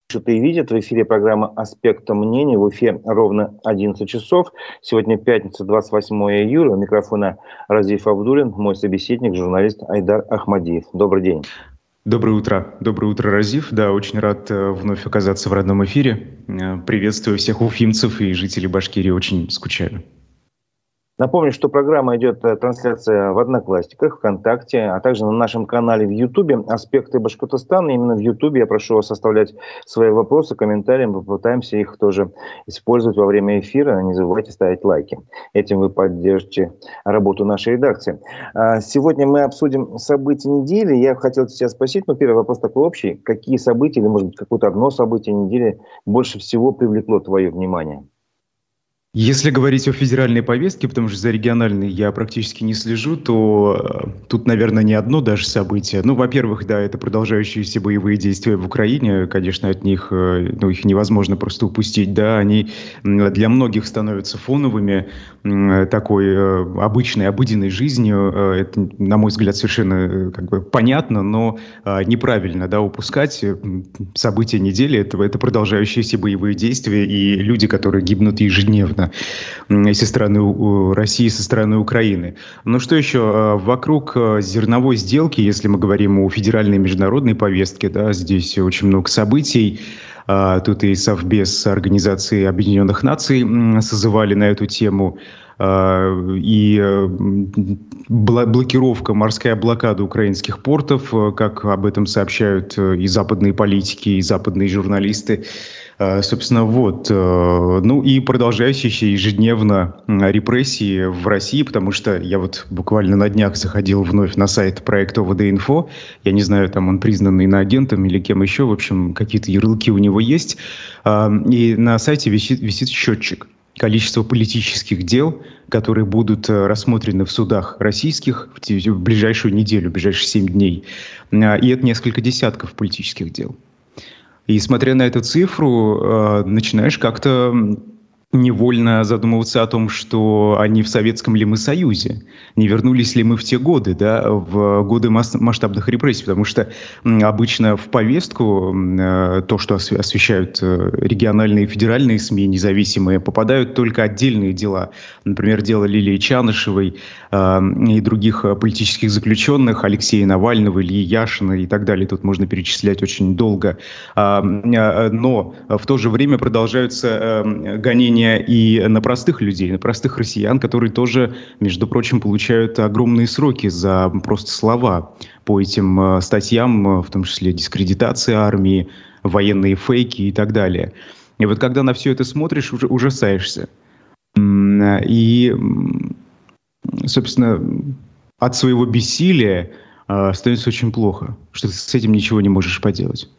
И видят. В эфире программа «Аспекты мнений». В эфире ровно 11 часов. Сегодня пятница, 28 июля. У микрофона Разиф Абдуллин, мой собеседник, журналист Айдар Ахмадиев. Добрый день. Доброе утро. Доброе утро, Разиф. Да, очень рад вновь оказаться в родном эфире. Приветствую всех уфимцев и жителей Башкирии. Очень скучаю. Напомню, что программа идет трансляция в Одноклассниках, ВКонтакте, а также на нашем канале в Ютубе «Аспекты Башкортостана». Именно в Ютубе я прошу вас оставлять свои вопросы, комментарии. Мы попытаемся их тоже использовать во время эфира. Не забывайте ставить лайки. Этим вы поддержите работу нашей редакции. Сегодня мы обсудим события недели. Я хотел тебя спросить, первый вопрос такой общий. Какие события, или, может быть, какое-то одно событие недели больше всего привлекло твое внимание? Если говорить о федеральной повестке, потому что за региональной я практически не слежу, то тут, наверное, не одно даже событие. Во-первых, да, это продолжающиеся боевые действия в Украине. Конечно, от них, их невозможно просто упустить, да. Они для многих становятся фоновыми такой обычной, обыденной жизнью. Это, на мой взгляд, совершенно понятно, но неправильно, да, упускать события недели. Это продолжающиеся боевые действия и люди, которые гибнут ежедневно со стороны России, со стороны Украины. Что еще? Вокруг зерновой сделки, если мы говорим о федеральной и международной повестке, да, здесь очень много событий. Тут и Совбез Организации Объединенных Наций созывали на эту тему. И блокировка, морская блокада украинских портов, как об этом сообщают и западные политики, и западные журналисты. Собственно, и продолжающиеся ежедневно репрессии в России, потому что я буквально на днях заходил вновь на сайт проекта ОВД-Инфо. Я не знаю, там он признан иноагентом или кем еще. В общем, какие-то ярлыки у него есть. И на сайте висит счетчик. Количество политических дел, которые будут рассмотрены в судах российских в ближайшую неделю, в ближайшие 7 дней. И это несколько десятков политических дел. И смотря на эту цифру, начинаешь как-то невольно задумываться о том, что они в Советском ли мы Союзе, не вернулись ли мы в те годы, да, в годы масштабных репрессий, потому что обычно в повестку то, что освещают региональные и федеральные СМИ независимые, попадают только отдельные дела. Например, дело Лилии Чанышевой и других политических заключенных, Алексея Навального, Ильи Яшина и так далее. Тут можно перечислять очень долго. Но в то же время продолжаются гонения и на простых людей, на простых россиян, которые тоже, между прочим, получают огромные сроки за просто слова по этим статьям, в том числе дискредитация армии, военные фейки и так далее. И когда на все это смотришь, уже ужасаешься. И, собственно, от своего бессилия становится очень плохо, что ты с этим ничего не можешь поделать.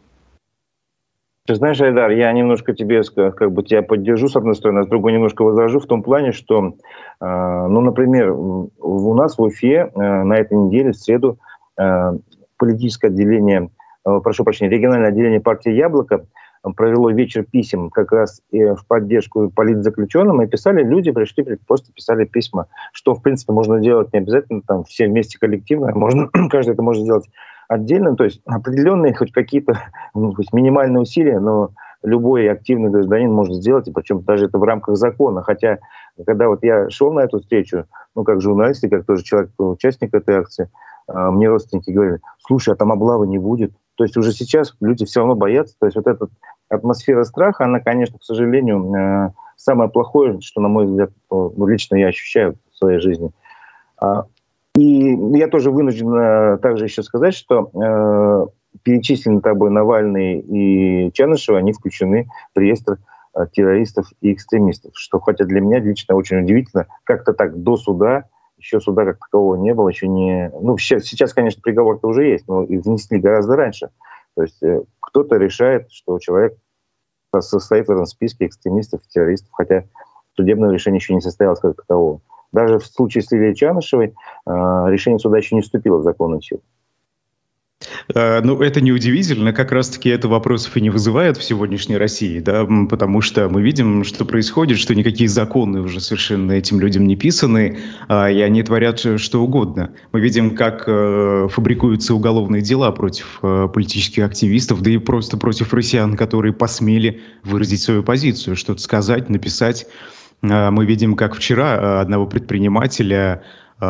Ты знаешь, Айдар, я немножко тебя поддержу, с одной стороны, а с другой немножко возражу в том плане, что, например, у нас в Уфе на этой неделе, в среду, политическое отделение, региональное отделение партии «Яблоко» провело вечер писем как раз в поддержку политзаключенным, и люди просто писали письма, что, в принципе, можно делать не обязательно там все вместе коллективно, каждый это может сделать отдельно, то есть определенные хоть какие-то хоть минимальные усилия, но любой активный гражданин может сделать, и причем даже это в рамках закона. Хотя, когда я шел на эту встречу, как журналист и как тоже человек, участник этой акции, мне родственники говорили: слушай, а там облавы не будет. То есть уже сейчас люди все равно боятся. То есть эта атмосфера страха, она, конечно, к сожалению, самое плохое, что, на мой взгляд, лично я ощущаю в своей жизни. И я тоже вынужден также еще сказать, что перечисленные тобой Навальный и Чанышева, они включены в реестр террористов и экстремистов. Что, хотя для меня лично очень удивительно, как-то так до суда, еще суда как такового не было, еще не... сейчас, конечно, приговор-то уже есть, но и внесли гораздо раньше. То есть кто-то решает, что человек состоит в этом списке экстремистов и террористов, хотя судебное решение еще не состоялось как такового. Даже в случае с Лилией Чанышевой решение суда еще не вступило в законную силу. Ну, это неудивительно, как раз-таки это вопросов и не вызывает в сегодняшней России, да, потому что мы видим, что происходит, что никакие законы уже совершенно этим людям не писаны, и они творят что угодно. Мы видим, как фабрикуются уголовные дела против политических активистов, да и просто против россиян, которые посмели выразить свою позицию, что-то сказать, написать. Мы видим, как вчера одного предпринимателя,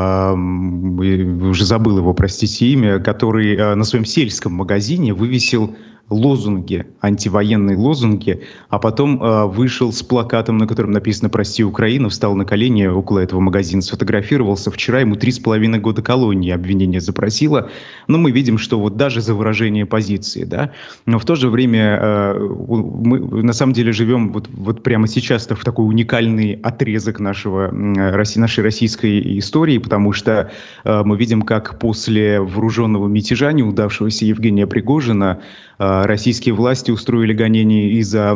уже забыл его, простите, имя, который на своем сельском магазине вывесил лозунги, антивоенные лозунги, а потом вышел с плакатом, на котором написано «Прости, Украина», встал на колени около этого магазина, сфотографировался. Вчера ему 3,5 года колонии обвинение запросило. Но мы видим, что вот даже за выражение позиции, да, но в то же время мы на самом деле живем вот прямо сейчас в такой уникальный отрезок нашей российской истории, потому что мы видим, как после вооруженного мятежа, неудавшегося Евгения Пригожина, российские власти устроили гонения и за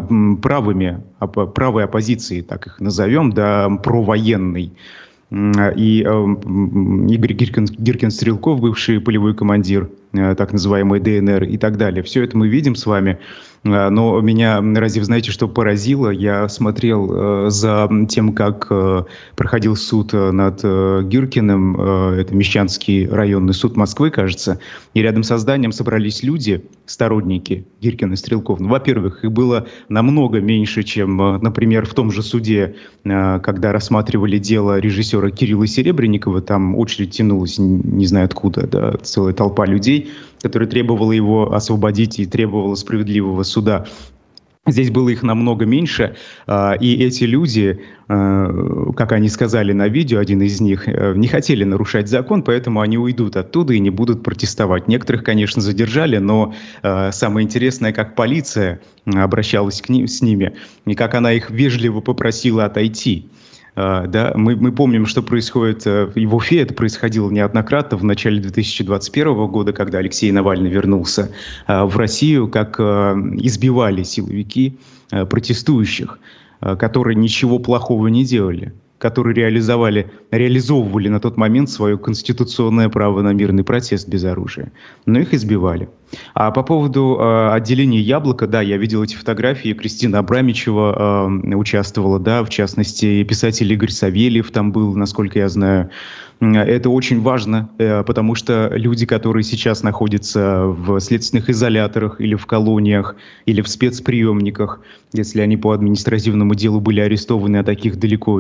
правой оппозиции, так их назовем, да, провоенной. И Игорь Гиркин-Стрелков, бывший полевой командир так называемой ДНР и так далее. Все это мы видим с вами. Но меня, разве знаете, что поразило? Я смотрел за тем, как проходил суд над Гиркиным, это Мещанский районный суд Москвы, кажется, и рядом со зданием собрались люди, сторонники Гиркина и Стрелков. Ну, во-первых, их было намного меньше, чем, например, в том же суде, когда рассматривали дело режиссера Кирилла Серебренникова, там очередь тянулась не знаю откуда, да, целая толпа людей, которая требовала его освободить и требовала справедливого суда. Здесь было их намного меньше, и эти люди, как они сказали на видео, один из них, не хотели нарушать закон, поэтому они уйдут оттуда и не будут протестовать. Некоторых, конечно, задержали, но самое интересное, как полиция обращалась с ними, и как она их вежливо попросила отойти. Да, мы помним, что происходит и в Уфе. Это происходило неоднократно в начале 2021 года, когда Алексей Навальный вернулся в Россию, как избивали силовики протестующих, которые ничего плохого не делали, которые реализовывали на тот момент свое конституционное право на мирный протест без оружия. Но их избивали. А по поводу отделения «Яблоко», да, я видел эти фотографии. Кристина Абрамичева участвовала, да, в частности, писатель Игорь Савельев там был, насколько я знаю. Это очень важно, потому что люди, которые сейчас находятся в следственных изоляторах или в колониях, или в спецприемниках, если они по административному делу были арестованы, а таких далеко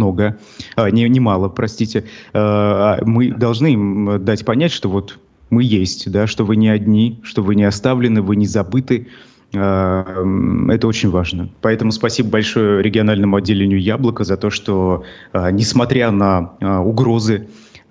немало, простите, мы должны им дать понять, что вот мы есть, да, что вы не одни, что вы не оставлены, вы не забыты. Это очень важно. Поэтому спасибо большое региональному отделению «Яблоко» за то, что, несмотря на угрозы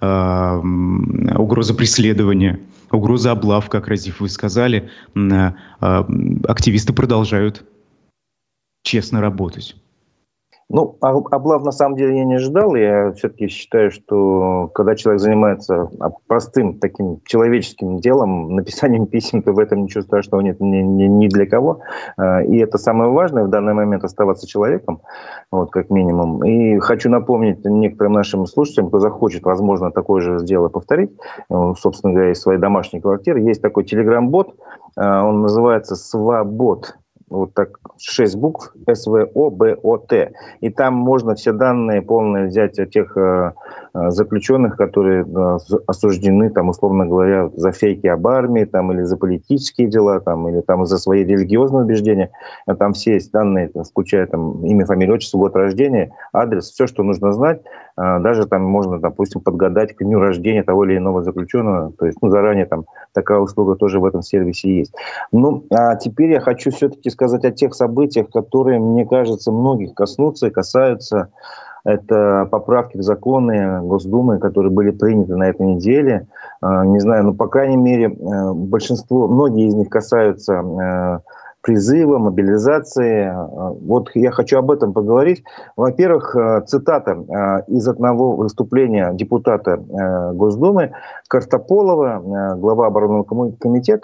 преследования, угрозы облав, как Разиф вы сказали, активисты продолжают честно работать. Ну, облав на самом деле я не ожидал. Я все-таки считаю, что когда человек занимается простым таким человеческим делом, написанием писем, то в этом ничего страшного нет ни для кого. И это самое важное в данный момент — оставаться человеком, вот, как минимум. И хочу напомнить некоторым нашим слушателям, кто захочет, возможно, такое же дело повторить, собственно говоря, из своей домашней квартиры. Есть такой телеграм-бот, он называется «Свабот». Вот так, 6 букв, СВОБОТ. И там можно все данные полные взять о тех заключенных, которые осуждены, там, условно говоря, за фейки об армии, там, или за политические дела, там, или там, за свои религиозные убеждения. Там все есть данные, включая там, имя, фамилия, отчество, год рождения, адрес, все, что нужно знать. Даже там можно, допустим, подгадать к дню рождения того или иного заключенного. То есть, заранее там такая услуга тоже в этом сервисе есть. Ну, а теперь я хочу все-таки сказать о тех событиях, которые, мне кажется, многих коснутся и касаются. Это поправки в законы Госдумы, которые были приняты на этой неделе. Не знаю, но, по крайней мере, многие из них касаются призыва, мобилизации. Вот я хочу об этом поговорить. Во-первых, цитата из одного выступления депутата Госдумы Картополова, глава оборонного комитета,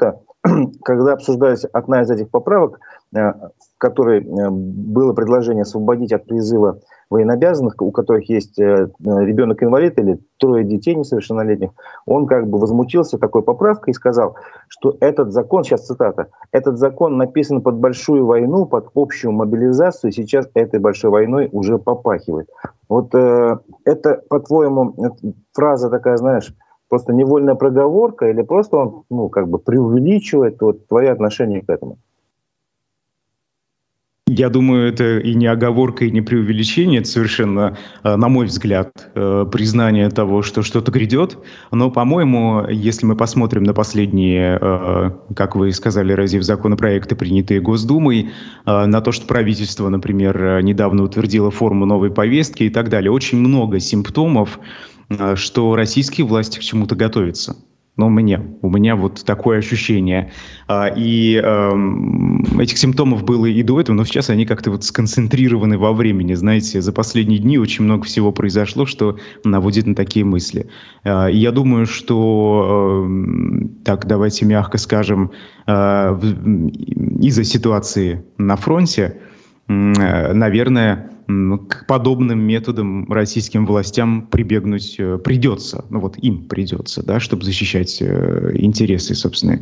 когда обсуждалась одна из этих поправок, в которой было предложение освободить от призыва военнообязанных, у которых есть ребенок-инвалид или 3 детей несовершеннолетних, он как бы возмутился такой поправкой и сказал, что этот закон, сейчас цитата, этот закон написан под большую войну, под общую мобилизацию, и сейчас этой большой войной уже попахивает. Вот это, по-твоему, фраза такая, знаешь, просто невольная проговорка или просто он как бы преувеличивает твое отношение к этому? Я думаю, это и не оговорка, и не преувеличение, это совершенно, на мой взгляд, признание того, что что-то грядет. Но, по-моему, если мы посмотрим на последние, как вы сказали, Разив, законопроекты, принятые Госдумой, на то, что правительство, например, недавно утвердило форму новой повестки и так далее, очень много симптомов, что российские власти к чему-то готовятся. Но у меня вот такое ощущение. И этих симптомов было и до этого, но сейчас они как-то вот сконцентрированы во времени. Знаете, за последние дни очень много всего произошло, что наводит на такие мысли. И я думаю, что, так давайте мягко скажем, из-за ситуации на фронте, наверное, к подобным методам российским властям прибегнуть придется. Ну вот им придется, да, чтобы защищать интересы собственные.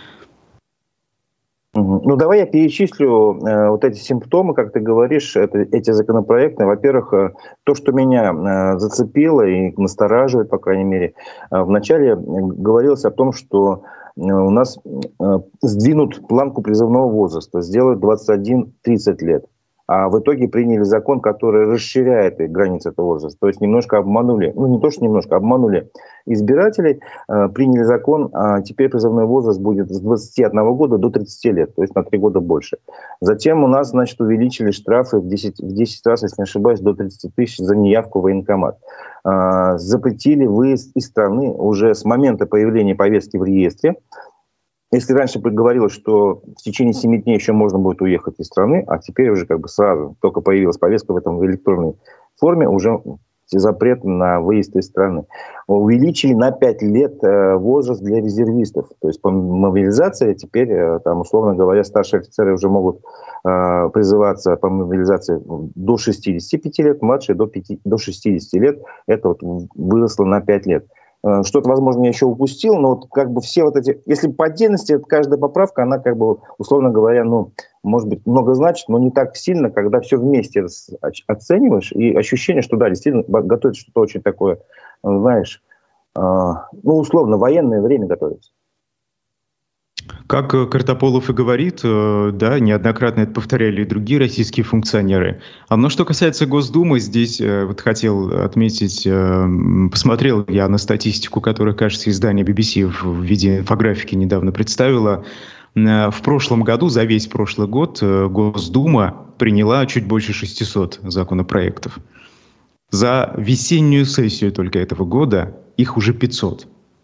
Ну, давай я перечислю вот эти симптомы, как ты говоришь, эти законопроекты. Во-первых, то, что меня зацепило и настораживает, по крайней мере, вначале говорилось о том, что у нас сдвинут планку призывного возраста, сделают 21-30 лет. А в итоге приняли закон, который расширяет границы этого возраста. То есть немножко обманули, не то что немножко, обманули избирателей, приняли закон, а теперь призывной возраст будет с 21 года до 30 лет, то есть на 3 года больше. Затем у нас, значит, увеличили штрафы в 10 раз, если не ошибаюсь, до 30 тысяч за неявку в военкомат. Запретили выезд из страны уже с момента появления повестки в реестре. Если раньше говорилось, что в течение 7 дней еще можно будет уехать из страны, а теперь уже как бы сразу, только появилась повестка в этом электронной форме, уже запрет на выезд из страны. Увеличили на 5 лет возраст для резервистов. То есть по мобилизации теперь, там, условно говоря, старшие офицеры уже могут призываться по мобилизации до 65 лет, младшие до 60 лет. Это вот выросло на 5 лет. Что-то, возможно, я еще упустил, но вот как бы все вот эти... Если по отдельности, каждая поправка, она как бы, условно говоря, может быть, много значит, но не так сильно, когда все вместе оцениваешь, и ощущение, что да, действительно готовится что-то очень такое, знаешь, условно, военное время готовится. Как Картополов и говорит, да, неоднократно это повторяли и другие российские функционеры. Но что касается Госдумы, здесь вот хотел отметить, посмотрел я на статистику, которую, кажется, издание BBC в виде инфографики недавно представило. В прошлом году, за весь прошлый год, Госдума приняла чуть больше 600 законопроектов. За весеннюю сессию только этого года их уже 500.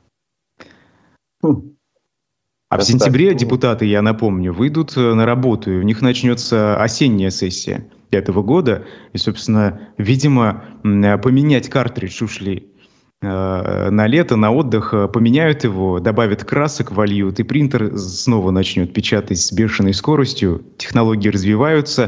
А в сентябре депутаты, я напомню, выйдут на работу, и у них начнется осенняя сессия этого года. И, собственно, видимо, поменять картридж ушли на лето, на отдых, поменяют его, добавят красок, вольют, и принтер снова начнет печатать с бешеной скоростью. Технологии развиваются,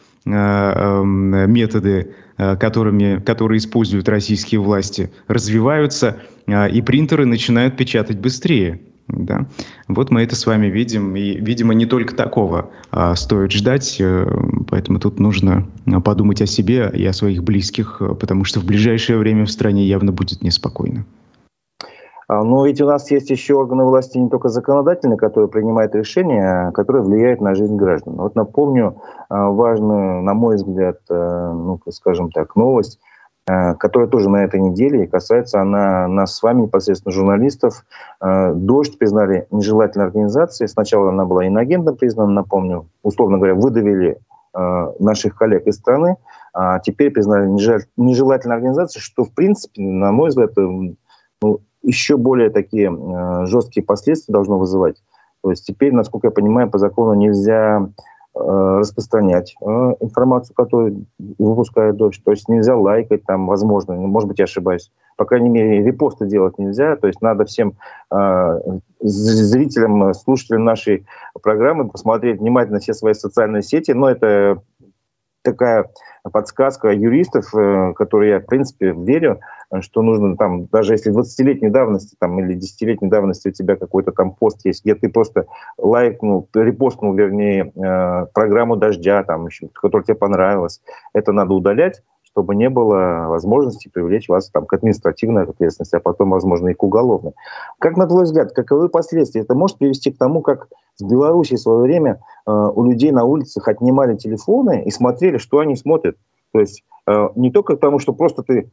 методы, которые используют российские власти, развиваются, и принтеры начинают печатать быстрее. Да. Вот мы это с вами видим, и, видимо, не только такого стоит ждать, поэтому тут нужно подумать о себе и о своих близких, потому что в ближайшее время в стране явно будет неспокойно. Но ведь у нас есть еще органы власти не только законодательные, которые принимают решения, которые влияют на жизнь граждан. Вот напомню важную, на мой взгляд, скажем так, новость, которая тоже на этой неделе, и касается она нас с вами, непосредственно журналистов. «Дождь» признали нежелательной организацией. Сначала она была иноагентом признана, напомню. Условно говоря, выдавили наших коллег из страны, а теперь признали нежелательной организацией, что, в принципе, на мой взгляд, еще более такие жесткие последствия должно вызывать. То есть теперь, насколько я понимаю, по закону нельзя распространять информацию, которую выпускает «Дождь». То есть нельзя лайкать, там, возможно, может быть, я ошибаюсь, по крайней мере, репосты делать нельзя. То есть надо всем зрителям, слушателям нашей программы посмотреть внимательно все свои социальные сети. Но это такая подсказка юристов, которые я, в принципе, верю, что нужно там, даже если 20-летней давности там, или 10-летней давности у тебя какой-то там пост есть, где ты просто лайкнул, репостнул, вернее, программу «Дождя», там, которая тебе понравилась, это надо удалять, чтобы не было возможности привлечь вас там, к административной ответственности, а потом, возможно, и к уголовной. Как, на твой взгляд, каковы последствия? Это может привести к тому, как в Беларуси в свое время у людей на улицах отнимали телефоны и смотрели, что они смотрят. То есть не только потому, что просто ты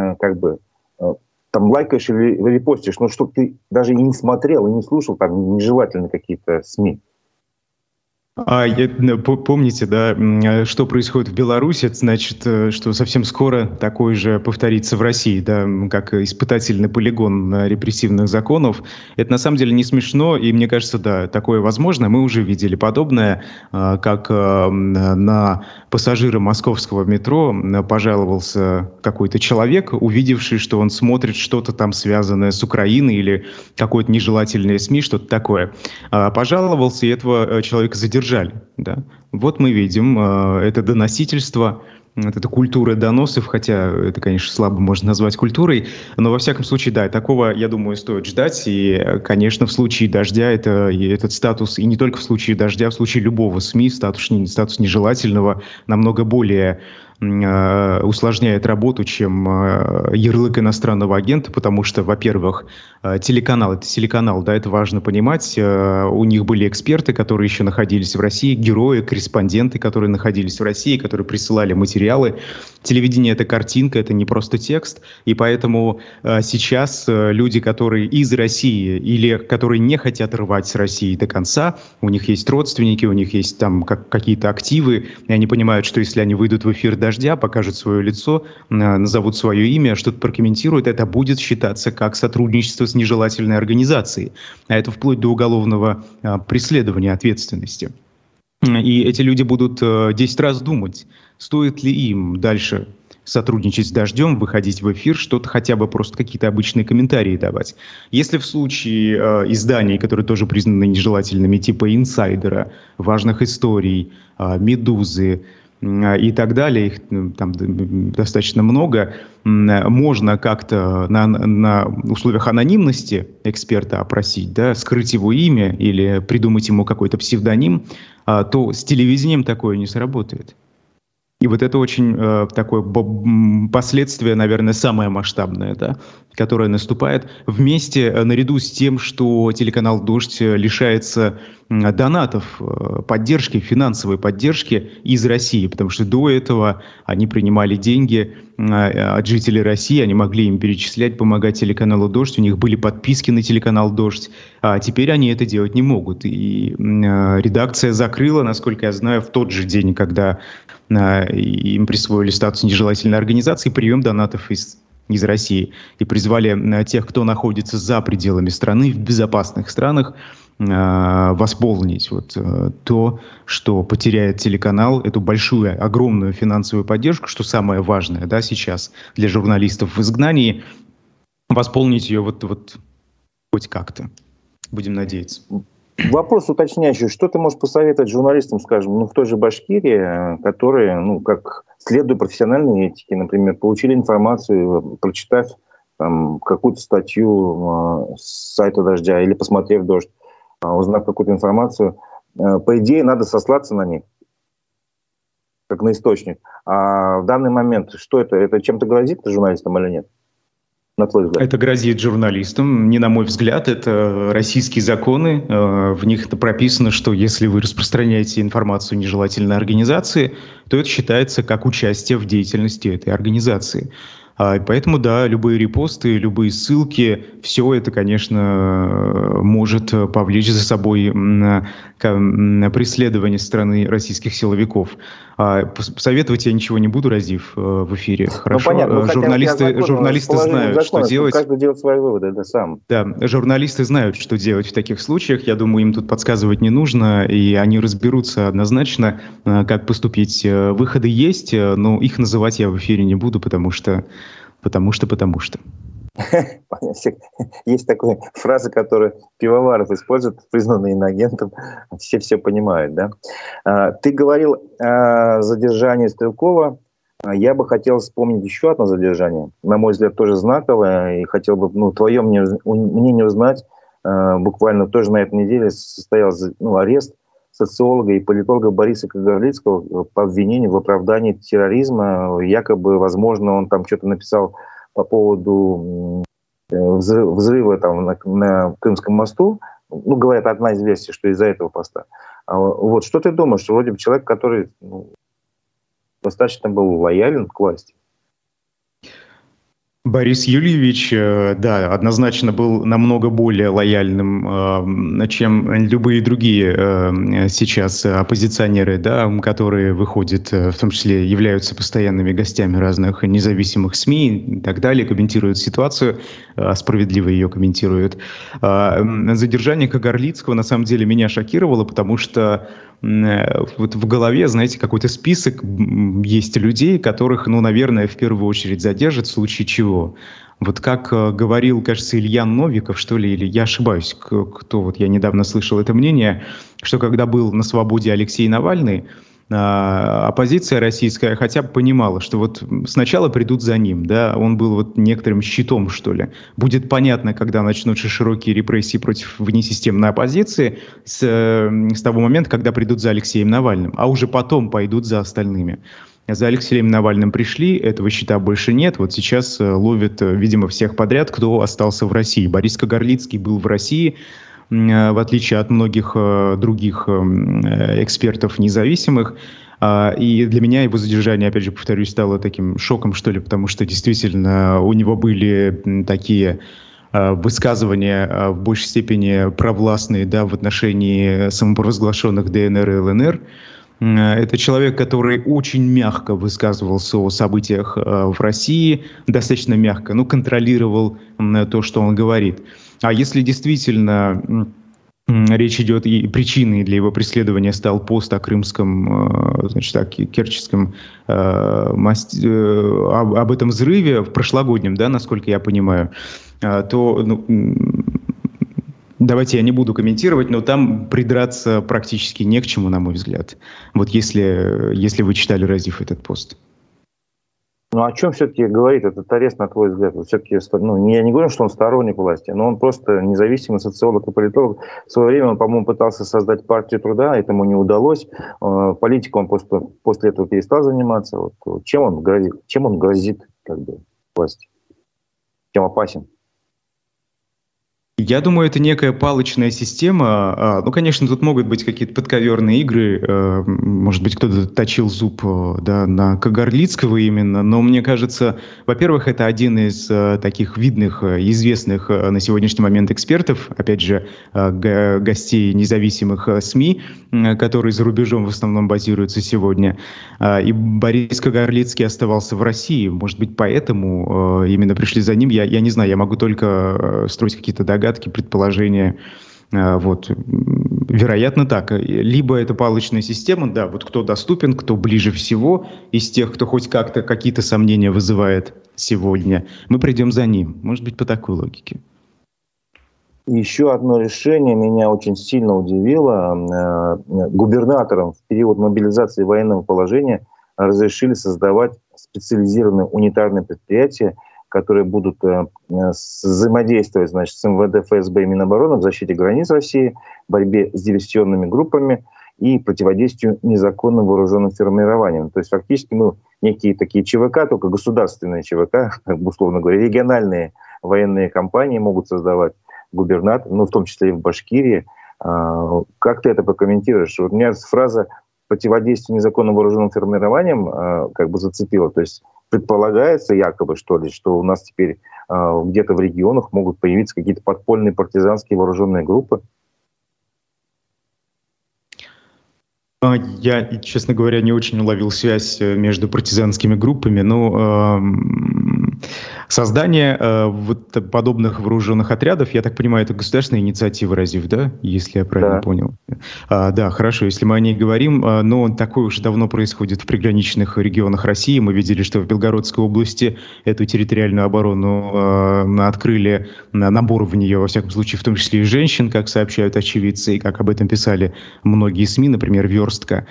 там лайкаешь или репостишь, но чтобы ты даже и не смотрел, и не слушал там нежелательные какие-то СМИ. Помните, да, что происходит в Беларуси? Это значит, что совсем скоро такое же повторится в России, да, как испытательный полигон репрессивных законов. Это на самом деле не смешно, и мне кажется, да, такое возможно. Мы уже видели подобное, как на пассажира московского метро пожаловался какой-то человек, увидевший, что он смотрит что-то там связанное с Украиной или какое-то нежелательное СМИ, что-то такое. Пожаловался, и этого человека задержали. Да. Вот мы видим, это доносительство, это культура доносов, хотя это, конечно, слабо можно назвать культурой, но во всяком случае, да, такого, я думаю, стоит ждать, и, конечно, в случае «Дождя» этот статус, и не только в случае «Дождя», в случае любого СМИ статус нежелательного намного более усложняет работу, чем ярлык иностранного агента, потому что, во-первых, телеканал — это телеканал, да, это важно понимать. У них были эксперты, которые еще находились в России, герои, корреспонденты, которые находились в России, которые присылали материалы. Телевидение — это картинка, это не просто текст, и поэтому сейчас люди, которые из России или которые не хотят рвать с Россией до конца, у них есть родственники, у них есть там какие-то активы, и они понимают, что если они выйдут в эфир «Дождя», покажут свое лицо, назовут свое имя, что-то прокомментируют, это будет считаться как сотрудничество с нежелательной организацией. А это вплоть до уголовного преследования, ответственности. И эти люди будут 10 раз думать, стоит ли им дальше сотрудничать с «Дождем», выходить в эфир, что-то хотя бы просто какие-то обычные комментарии давать. Если в случае изданий, которые тоже признаны нежелательными, типа «Инсайдера», «Важных историй», «Медузы», и так далее, их там достаточно много, можно как-то на условиях анонимности эксперта опросить, да, скрыть его имя или придумать ему какой-то псевдоним, то с телевидением такое не сработает. И вот это очень такое последствие, наверное, самое масштабное, да, которое наступает вместе, наряду с тем, что телеканал «Дождь» лишается донатов, поддержки, финансовой поддержки из России, потому что до этого они принимали деньги от жителей России, они могли им перечислять, помогать телеканалу «Дождь», у них были подписки на телеканал «Дождь», а теперь они это делать не могут. И редакция закрыла, насколько я знаю, в тот же день, когда им присвоили статус нежелательной организации, прием донатов из России. И призвали тех, кто находится за пределами страны, в безопасных странах, восполнить то, что потеряет телеканал, эту большую, огромную финансовую поддержку, что самое важное, да, сейчас для журналистов в изгнании, восполнить ее хоть как-то. Будем надеяться. Вопрос уточняющий. Что ты можешь посоветовать журналистам, скажем, в той же Башкирии, которые, как следуя профессиональной этике, например, получили информацию, прочитав там какую-то статью с сайта «Дождя» или посмотрев «Дождь», узнав какую-то информацию, по идее, надо сослаться на них, как на источник. А в данный момент что это? Это чем-то грозит журналистам или нет? На твой взгляд? Это грозит журналистам, не на мой взгляд, это российские законы, в них прописано, что если вы распространяете информацию нежелательной организации, то это считается как участие в деятельности этой организации. Поэтому, да, любые репосты, любые ссылки, все это, конечно, может повлечь за собой преследование со стороны российских силовиков. Советовать я ничего не буду, Разив, в эфире. Хорошо. Понятно, журналисты знают, что делать. Каждый делает свои выводы, это сам. Да, журналисты знают, что делать в таких случаях. Я думаю, им тут подсказывать не нужно, и они разберутся однозначно, как поступить. Выходы есть, но их называть я в эфире не буду, потому что. Есть такая фраза, которую Пивоваров использует, признанный иноагентом, все понимают, да? Ты говорил о задержании Стрелкова. Я бы хотел вспомнить еще одно задержание, на мой взгляд, тоже знаковое, и хотел бы твое мнение узнать. Буквально тоже на этой неделе состоялся арест социолога и политолога Бориса Кагарлицкого по обвинению в оправдании терроризма. Якобы, возможно, он там что-то написал по поводу взрыва там на Крымском мосту. Говорят, одна из версий, что из-за этого поста. Вот, что ты думаешь? Вроде бы человек, который достаточно был лоялен к власти. Борис Юльевич, да, однозначно был намного более лояльным, чем любые другие сейчас оппозиционеры, да, которые выходят, в том числе являются постоянными гостями разных независимых СМИ и так далее, комментируют ситуацию, справедливо ее комментируют. Задержание Кагарлицкого на самом деле меня шокировало, потому что вот в голове, знаете, какой-то список есть людей, которых, наверное, в первую очередь задержат в случае чего. Вот как говорил, кажется, Ильян Новиков, что ли, или я ошибаюсь, я недавно слышал это мнение, что когда был на свободе Алексей Навальный, оппозиция российская хотя бы понимала, что вот сначала придут за ним, да, он был вот некоторым щитом, что ли. Будет понятно, когда начнутся широкие репрессии против внесистемной оппозиции, с того момента, когда придут за Алексеем Навальным, а уже потом пойдут за остальными. За Алексеем Навальным пришли, этого щита больше нет. Вот сейчас ловят, видимо, всех подряд, кто остался в России. Борис Кагарлицкий был в России, в отличие от многих других экспертов независимых. И для меня его задержание, опять же, повторюсь, стало таким шоком, что ли, потому что действительно у него были такие высказывания в большей степени провластные, да, в отношении самопровозглашенных ДНР и ЛНР. Это человек, который очень мягко высказывался о событиях в России, достаточно мягко, контролировал то, что он говорит. А если действительно речь идет и причиной для его преследования стал пост о Крымском, Керченском мосте, об этом взрыве в прошлогоднем, да, насколько я понимаю, то давайте я не буду комментировать, но там придраться практически не к чему, на мой взгляд. Вот если вы читали, Разив, этот пост. О чем все-таки говорит этот арест, на твой взгляд? Все-таки, я не говорю, что он сторонник власти, но он просто независимый социолог и политолог. В свое время он, по-моему, пытался создать партию труда, этому не удалось. Политикой он после этого перестал заниматься. Чем он грозит власти? Чем опасен? Я думаю, это некая палочная система. Конечно, тут могут быть какие-то подковерные игры. Может быть, кто-то точил зуб, да, на Кагарлицкого именно. Но мне кажется, во-первых, это один из таких видных, известных на сегодняшний момент экспертов, опять же, гостей независимых СМИ, которые за рубежом в основном базируются сегодня. И Борис Кагарлицкий оставался в России. Может быть, поэтому именно пришли за ним. Я не знаю, я могу только строить какие-то догадки, предположения. Вероятно, так. Либо это палочная система, да, вот кто доступен, кто ближе всего из тех, кто хоть как-то какие-то сомнения вызывает сегодня, мы придем за ним. Может быть, по такой логике. Еще одно решение меня очень сильно удивило. Губернаторам в период мобилизации военного положения разрешили создавать специализированные унитарные предприятия, которые будут взаимодействовать, с МВД, ФСБ и Минобороны в защите границ России, борьбе с диверсионными группами и противодействию незаконным вооруженным формированиям. То есть фактически некие такие ЧВК, только государственные ЧВК, условно говоря, региональные военные компании могут создавать губернаторы, в том числе и в Башкирии. Как ты это прокомментируешь? Вот меня фраза «противодействие незаконным вооруженным формированиям» зацепила. То есть предполагается якобы, что у нас теперь где-то в регионах могут появиться какие-то подпольные партизанские вооруженные группы. Я, честно говоря, не очень уловил связь между партизанскими группами, но Создание вот подобных вооруженных отрядов, я так понимаю, это государственная инициатива, Разив, да? Если я правильно понял. Да, хорошо, если мы о ней говорим, но такое уже давно происходит в приграничных регионах России. Мы видели, что в Белгородской области эту территориальную оборону открыли, набор в нее, во всяком случае, в том числе и женщин, как сообщают очевидцы, и как об этом писали многие СМИ, например, «Верстка».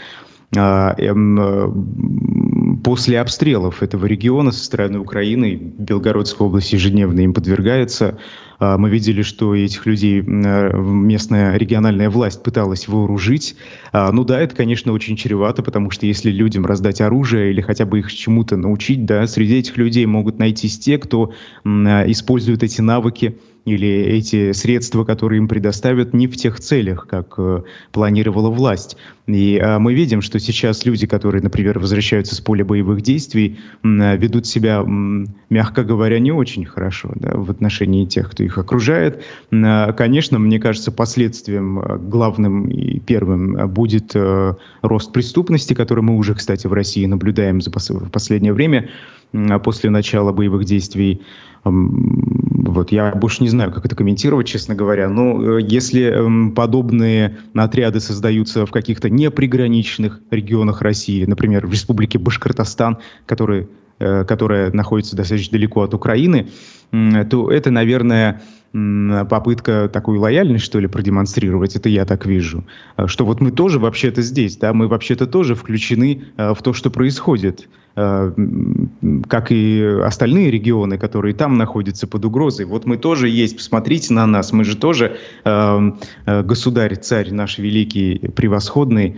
После обстрелов этого региона со стороны Украины Белгородская область ежедневно им подвергается. Мы видели, что этих людей местная региональная власть пыталась вооружить. Ну да, это, конечно, очень чревато, потому что если людям раздать оружие или хотя бы их чему-то научить, да, среди этих людей могут найтись те, кто использует эти навыки или эти средства, которые им предоставят, не в тех целях, как планировала власть. И мы видим, что сейчас люди, которые, например, возвращаются с поля боевых действий, ведут себя, мягко говоря, не очень хорошо, да, в отношении тех, кто их окружает. Конечно, мне кажется, последствием главным и первым будет рост преступности, который мы уже, кстати, в России наблюдаем в последнее время, после начала боевых действий. Вот, я больше не знаю, как это комментировать, честно говоря. Но если подобные отряды создаются в каких-то неприграничных регионах России, например, в республике Башкортостан, которая находится достаточно далеко от Украины, то это, наверное, попытка такой лояльность, что ли, продемонстрировать. Это я так вижу. Что вот мы тоже вообще-то здесь, да, мы вообще-то тоже включены в то, что происходит. Как и остальные регионы, которые там находятся под угрозой. Вот мы тоже есть, посмотрите на нас, мы же тоже государь, царь наш великий, превосходный,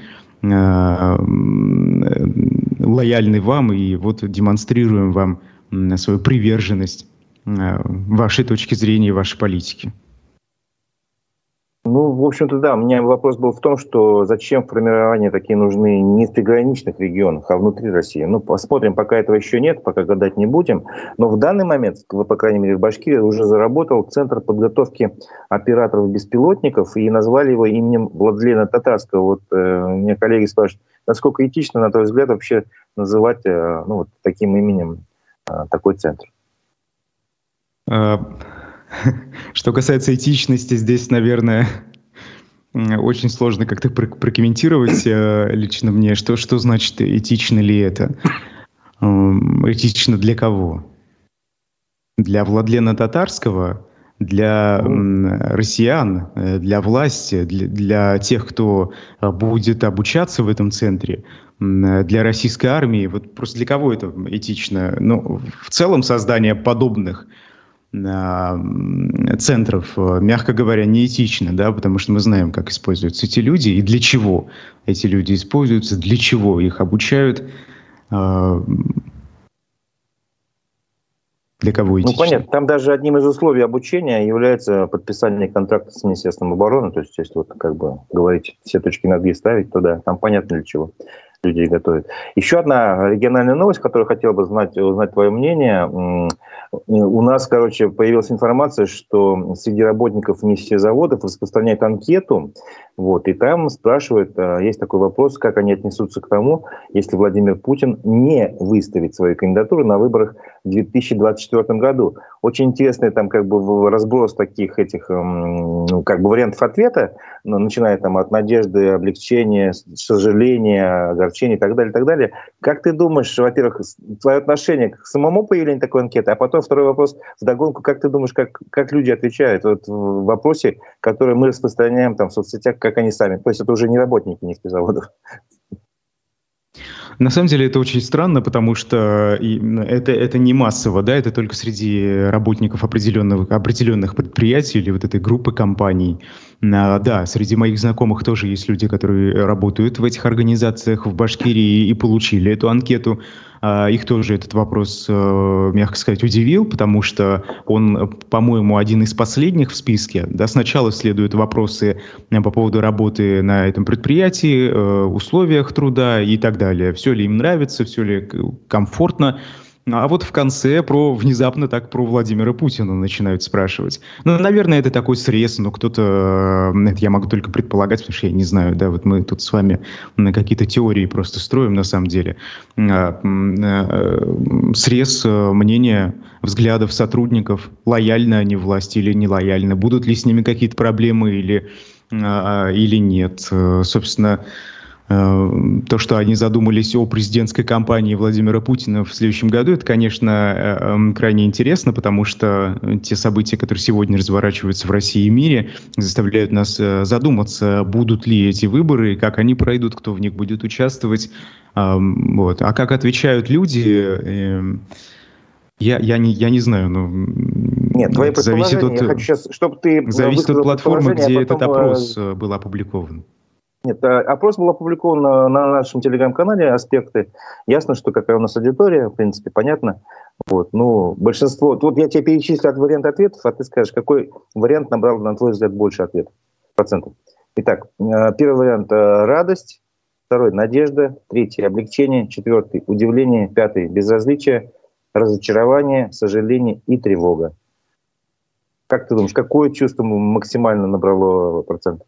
лояльный вам, и вот демонстрируем вам свою приверженность вашей точки зрения и вашей политики. Ну, в общем-то, да. У меня вопрос был в том, что зачем формирования такие нужны не в приграничных регионах, а внутри России. Ну, посмотрим, пока этого еще нет, пока гадать не будем. Но в данный момент, по крайней мере, в Башкирии уже заработал Центр подготовки операторов беспилотников, и назвали его именем Владлена Татарского. Вот мне коллеги спрашивают, насколько этично, на твой взгляд, вообще называть вот таким именем такой центр? Что касается этичности, здесь, наверное, очень сложно как-то прокомментировать лично мне, что значит этично ли это. Этично для кого? Для Владлена Татарского, для россиян, для власти, для тех, кто будет обучаться в этом центре, для российской армии. Вот просто для кого это этично? Ну, в целом создание подобных центров, мягко говоря, неэтично, да, потому что мы знаем, как используются эти люди и для чего эти люди используются, для чего их обучают, для кого этично. Ну, понятно. Там даже одним из условий обучения является подписание контракта с Министерством обороны, то есть, если вот как бы говорить, все точки над «и» ставить, то да, там понятно для чего людей готовят. Еще одна региональная новость, которую хотел бы узнать твое мнение. У нас, появилась информация, что среди работников нефтезаводов распространяют анкету, вот, и там спрашивают, есть такой вопрос, как они отнесутся к тому, если Владимир Путин не выставит свою кандидатуру на выборах в 2024 году. Очень интересный там как бы разброс таких этих вариантов ответа, начиная там от надежды, облегчения, сожаления, огорчения и так далее, и так далее. Как ты думаешь, во-первых, твое отношение к самому появлению такой анкеты, а потом второй вопрос вдогонку, как ты думаешь, как люди отвечают вот в вопросе, который мы распространяем там в соцсетях, как они сами. То есть это уже не работники нефтезаводов. На самом деле это очень странно, потому что это не массово, да, это только среди работников определенных предприятий или вот этой группы компаний. Да, среди моих знакомых тоже есть люди, которые работают в этих организациях в Башкирии и получили эту анкету. Их тоже этот вопрос, мягко сказать, удивил, потому что он, по-моему, один из последних в списке. Да, сначала следуют вопросы по поводу работы на этом предприятии, условиях труда и так далее. Все ли им нравится, все ли комфортно. А вот в конце внезапно так про Владимира Путина начинают спрашивать. Ну, наверное, это такой срез, но кто-то, это я могу только предполагать, потому что я не знаю, да, вот мы тут с вами на какие-то теории просто строим на самом деле. Срез мнения, взглядов сотрудников, лояльны они власти или не лояльны, будут ли с ними какие-то проблемы или нет. Собственно, то, что они задумались о президентской кампании Владимира Путина в следующем году, это, конечно, крайне интересно, потому что те события, которые сегодня разворачиваются в России и мире, заставляют нас задуматься, будут ли эти выборы, как они пройдут, кто в них будет участвовать. Вот. А как отвечают люди, я не знаю. Но нет, твои предположения, я хочу сейчас, чтобы ты... Зависит от платформы, где этот опрос был опубликован. Нет, опрос был опубликован на нашем телеграм-канале «Аспекты». Ясно, что какая у нас аудитория, в принципе, понятно. Вот, ну, большинство... Вот я тебе перечислю варианты ответов, а ты скажешь, какой вариант набрал, на твой взгляд, больше ответов, процентов. Итак, первый вариант – радость, второй – надежда, третий – облегчение, четвертый – удивление, пятый – безразличие, разочарование, сожаление и тревога. Как ты думаешь, какое чувство максимально набрало процентов?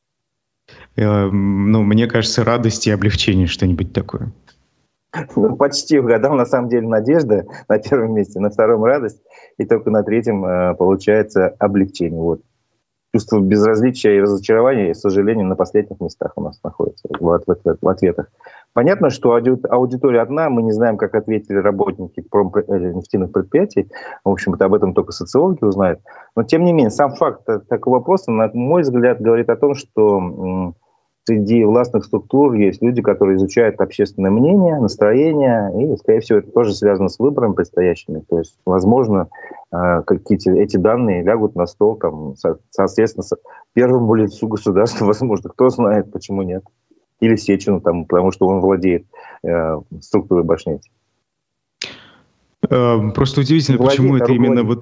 Ну, мне кажется, радость и облегчение, что-нибудь такое. Ну, почти угадал. На самом деле надежда на первом месте, на втором радость, и только на третьем получается облегчение. Вот. Чувство безразличия и разочарования, и сожалению, на последних местах у нас находится в ответах. Понятно, что аудитория одна, мы не знаем, как ответили работники нефтяных предприятий. В общем-то, об этом только социологи узнают. Но, тем не менее, сам факт такого вопроса, на мой взгляд, говорит о том, что среди властных структур есть люди, которые изучают общественное мнение, настроение, и, скорее всего, это тоже связано с выборами предстоящими. То есть, возможно, какие-то эти данные лягут на стол, там, соответственно, первому лицу государства, возможно, кто знает, почему нет. Или Сечину, там, потому что он владеет структурой Башнефти. Просто удивительно, почему это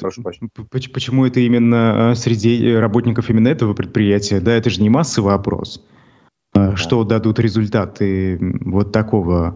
именно среди работников именно этого предприятия. Да, это же не массовый опрос. Что дадут результаты вот такого,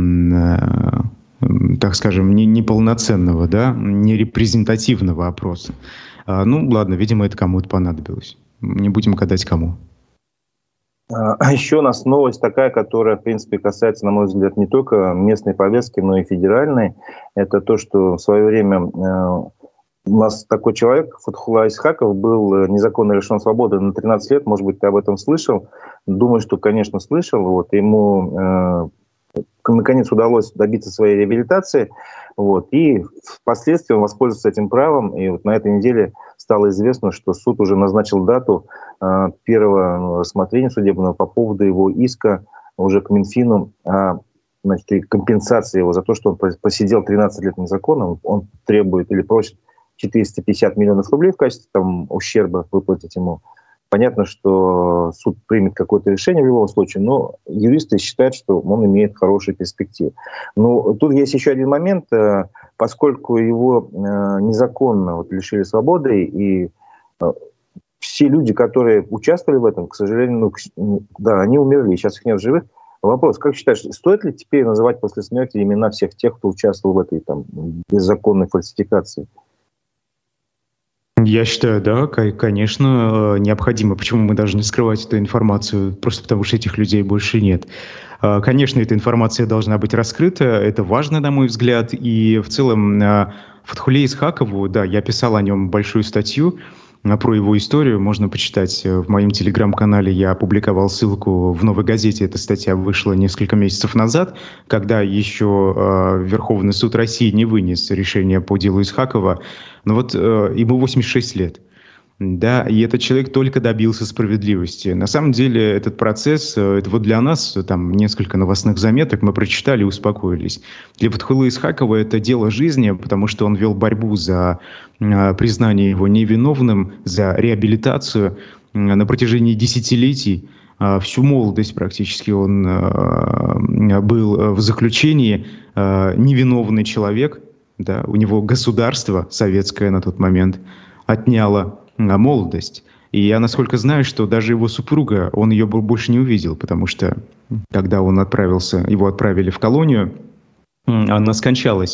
так скажем, неполноценного, да, нерепрезентативного опроса. Ну, ладно, видимо, это кому-то понадобилось. Не будем гадать кому. А еще у нас новость такая, которая, в принципе, касается, на мой взгляд, не только местной повестки, но и федеральной. Это то, что в свое время у нас такой человек, Фатхулла Исхаков, был незаконно лишен свободы на 13 лет. Может быть, ты об этом слышал. Думаю, что, конечно, слышал. Вот. Ему наконец удалось добиться своей реабилитации. Вот. И впоследствии он воспользовался этим правом. И вот на этой неделе стало известно, что суд уже назначил дату первого рассмотрения судебного по поводу его иска уже к Минфину, значит, и компенсации его за то, что он посидел 13 лет незаконно. Он требует или просит 450 миллионов рублей в качестве там ущерба выплатить ему. Понятно, что суд примет какое-то решение в любом случае, но юристы считают, что он имеет хорошие перспективы. Но тут есть еще один момент, поскольку его незаконно лишили свободы, и все люди, которые участвовали в этом, к сожалению, да, они умерли, и сейчас их нет в живых. Вопрос, как считаешь, стоит ли теперь называть после смерти имена всех тех, кто участвовал в этой там беззаконной фальсификации? Я считаю, да, конечно, необходимо. Почему мы должны скрывать эту информацию? Просто потому, что этих людей больше нет. Конечно, эта информация должна быть раскрыта, это важно, на мой взгляд. И в целом Фатхулле Исхакову, да, я писал о нем большую статью про его историю, можно почитать в моем телеграм-канале. Я опубликовал ссылку в «Новой газете». Эта статья вышла несколько месяцев назад, когда еще Верховный суд России не вынес решение по делу Исхакова. Но вот ему 86 лет. Да, и этот человек только добился справедливости. На самом деле этот процесс, это вот для нас, там несколько новостных заметок, мы прочитали и успокоились. Для Фатхуллы Исхакова это дело жизни, потому что он вел борьбу за признание его невиновным, за реабилитацию на протяжении десятилетий. Всю молодость практически он был в заключении, невиновный человек. Да, у него государство советское на тот момент отняло молодость. И я, насколько знаю, что даже его супруга, он ее больше не увидел, потому что, когда он отправился, его отправили в колонию, она скончалась.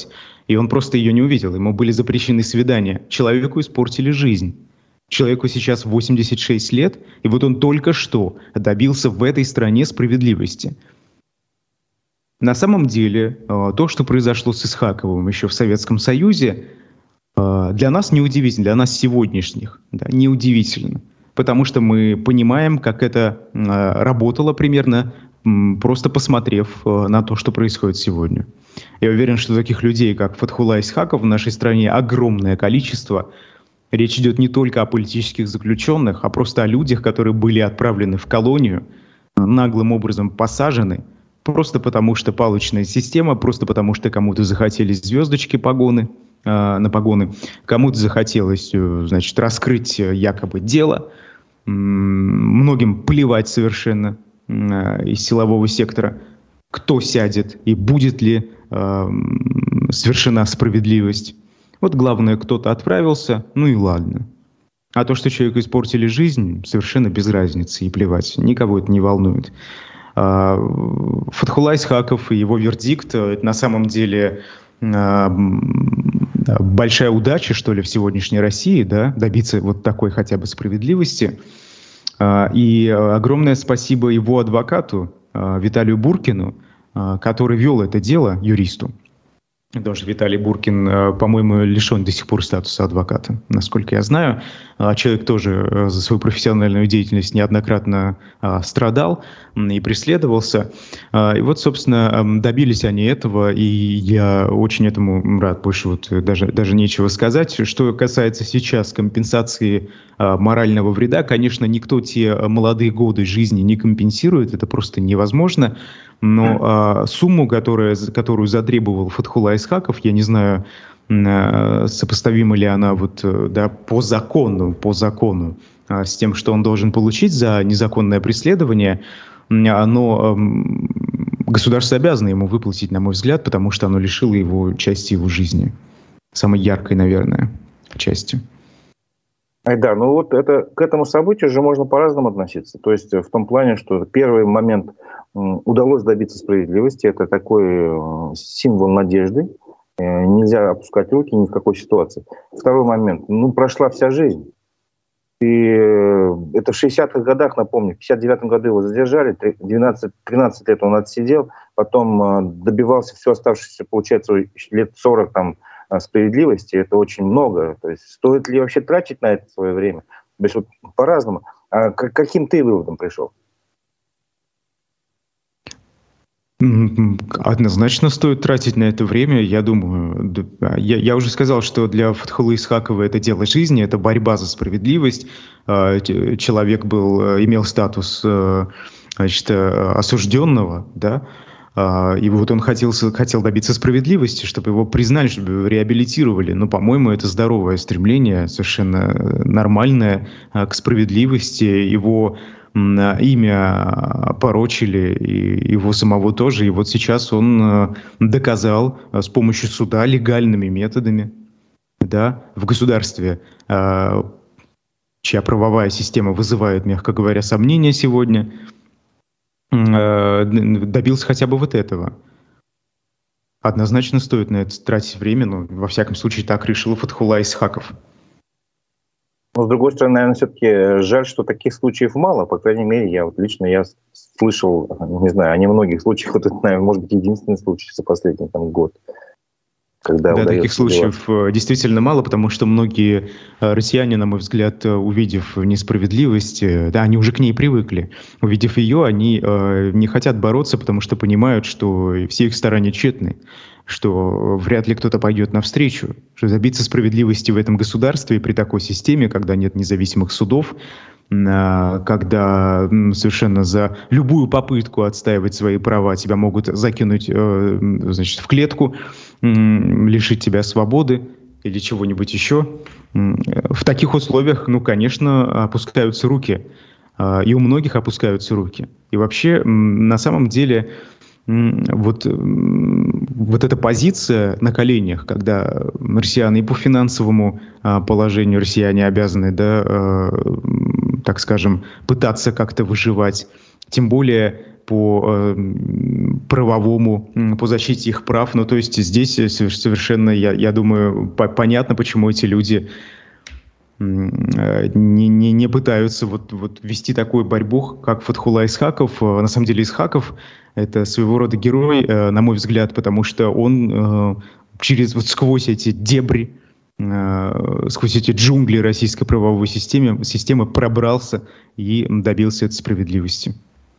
И он просто ее не увидел. Ему были запрещены свидания. Человеку испортили жизнь. Человеку сейчас 86 лет, и вот он только что добился в этой стране справедливости. На самом деле, то, что произошло с Исхаковым еще в Советском Союзе, для нас неудивительно, для нас сегодняшних, да, неудивительно. Потому что мы понимаем, как это работало примерно, просто посмотрев на то, что происходит сегодня. Я уверен, что таких людей, как Фатхулла Исхаков, в нашей стране огромное количество. Речь идет не только о политических заключенных, а просто о людях, которые были отправлены в колонию, наглым образом посажены, просто потому что палочная система, просто потому что кому-то захотелось звездочки на погоны, кому-то захотелось, значит, раскрыть якобы дело, многим плевать совершенно из силового сектора, кто сядет и будет ли совершена справедливость. Вот главное, кто-то отправился, ну и ладно. А то, что человеку испортили жизнь, совершенно без разницы и плевать. Никого это не волнует. Фатхулла Исхаков и его вердикт, это на самом деле большая удача, что ли, в сегодняшней России, да, добиться вот такой хотя бы справедливости. И огромное спасибо его адвокату Виталию Буркину, который вел это дело, юристу. Потому что Виталий Буркин, по-моему, лишен до сих пор статуса адвоката, насколько я знаю. Человек тоже за свою профессиональную деятельность неоднократно страдал и преследовался. И вот, собственно, добились они этого, и я очень этому рад. Больше вот даже нечего сказать. Что касается сейчас компенсации морального вреда, конечно, никто те молодые годы жизни не компенсирует, это просто невозможно. Но сумму, которую затребовал Фатхулла Исхаков, я не знаю, сопоставима ли она вот, да, по закону с тем, что он должен получить за незаконное преследование, но государство обязано ему выплатить, на мой взгляд, потому что оно лишило его части его жизни. Самой яркой, наверное, части. Да, ну вот к этому событию же можно по-разному относиться. То есть в том плане, что первый момент удалось добиться справедливости, это такой символ надежды. Нельзя опускать руки ни в какой ситуации. Второй момент. Прошла вся жизнь. И это в 60-х годах, напомню, в 59-м году его задержали, 13 лет он отсидел, потом добивался все оставшееся, получается, лет 40 там, справедливости. Это очень много. То есть стоит ли вообще тратить на это свое время? То есть вот по-разному. А к каким ты выводом пришел? Однозначно стоит тратить на это время. Я думаю, я уже сказал, что для Фатхуллы Исхакова это дело жизни, это борьба за справедливость. Человек имел статус, значит, осужденного, да, и вот он хотел добиться справедливости, чтобы его признали, чтобы его реабилитировали. Но, по-моему, это здоровое стремление, совершенно нормальное к справедливости. Его имя опорочили, и его самого тоже. И вот сейчас он доказал с помощью суда легальными методами, да, в государстве, чья правовая система вызывает, мягко говоря, сомнения сегодня, добился хотя бы вот этого. Однозначно стоит на это тратить время, но во всяком случае так решил Фатхулла Исхаков. Но, с другой стороны, наверное, все-таки жаль, что таких случаев мало. По крайней мере, я слышал, не знаю, о немногих случаях. Вот это, наверное, может быть, единственный случай за последний год. Да, таких случаев действительно мало, потому что многие россияне, на мой взгляд, увидев несправедливость, да, они уже к ней привыкли. Увидев ее, они не хотят бороться, потому что понимают, что все их старания тщетны, что вряд ли кто-то пойдет навстречу, что добиться справедливости в этом государстве при такой системе, когда нет независимых судов, когда совершенно за любую попытку отстаивать свои права тебя могут закинуть, значит, в клетку, лишить тебя свободы или чего-нибудь еще. В таких условиях, конечно, опускаются руки. И у многих опускаются руки. И вообще, на самом деле, вот эта позиция на коленях, когда россияне и по финансовому положению россияне обязаны, да, так скажем, пытаться как-то выживать, тем более по правовому, по защите их прав. Ну, то есть здесь совершенно, я думаю, понятно, почему эти люди не пытаются вот вести такую борьбу, как Фатхулла Исхаков. На самом деле Исхаков — это своего рода герой, на мой взгляд, потому что он сквозь эти дебри, сквозь эти джунгли российской правовой системы пробрался и добился этой справедливости.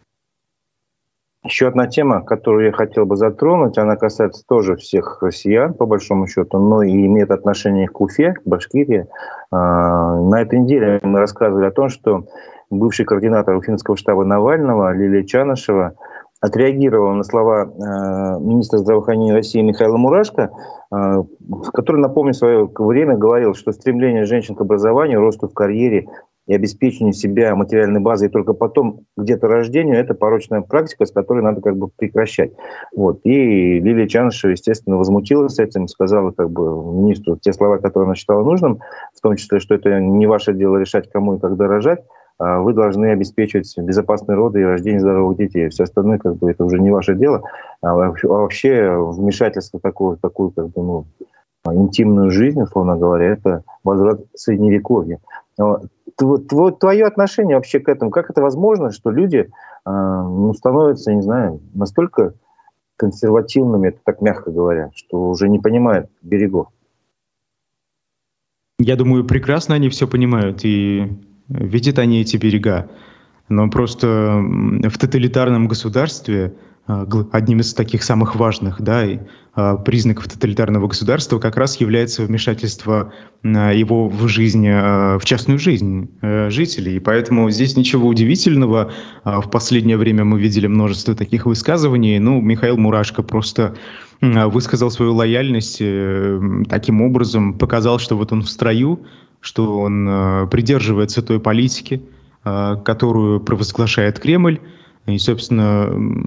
Еще одна тема, которую я хотел бы затронуть, она касается тоже всех россиян, по большому счету, но и имеет отношение к Уфе, к Башкирии. На этой неделе мы рассказывали о том, что бывший координатор Уфимского штаба Навального Лилия Чанышева отреагировала на слова министра здравоохранения России Михаила Мурашко, который, напомню, в свое время говорил, что стремление женщин к образованию, росту в карьере и обеспечению себя материальной базой, и только потом где-то рождению — это порочная практика, с которой надо прекращать. Вот. И Лилия Чанышева, естественно, возмутилась этим, сказала министру те слова, которые она считала нужным, в том числе, что это не ваше дело решать, кому и когда рожать, а вы должны обеспечивать безопасные роды и рождение здоровых детей. Все остальное это уже не ваше дело. А вообще вмешательство в такую интимную жизнь, условно говоря, это возврат Средневековья. Твое отношение вообще к этому, как это возможно, что люди становятся, не знаю, настолько консервативными, это так мягко говоря, что уже не понимают берегов? Я думаю, прекрасно они все понимают и видят они эти берега. Но просто в тоталитарном государстве одним из таких самых важных, признаков тоталитарного государства как раз является вмешательство его в жизнь, в частную жизнь жителей. И поэтому здесь ничего удивительного. В последнее время мы видели множество таких высказываний. Михаил Мурашко просто высказал свою лояльность таким образом, показал, что вот он в строю, что он придерживается той политики, которую провозглашает Кремль. И, собственно,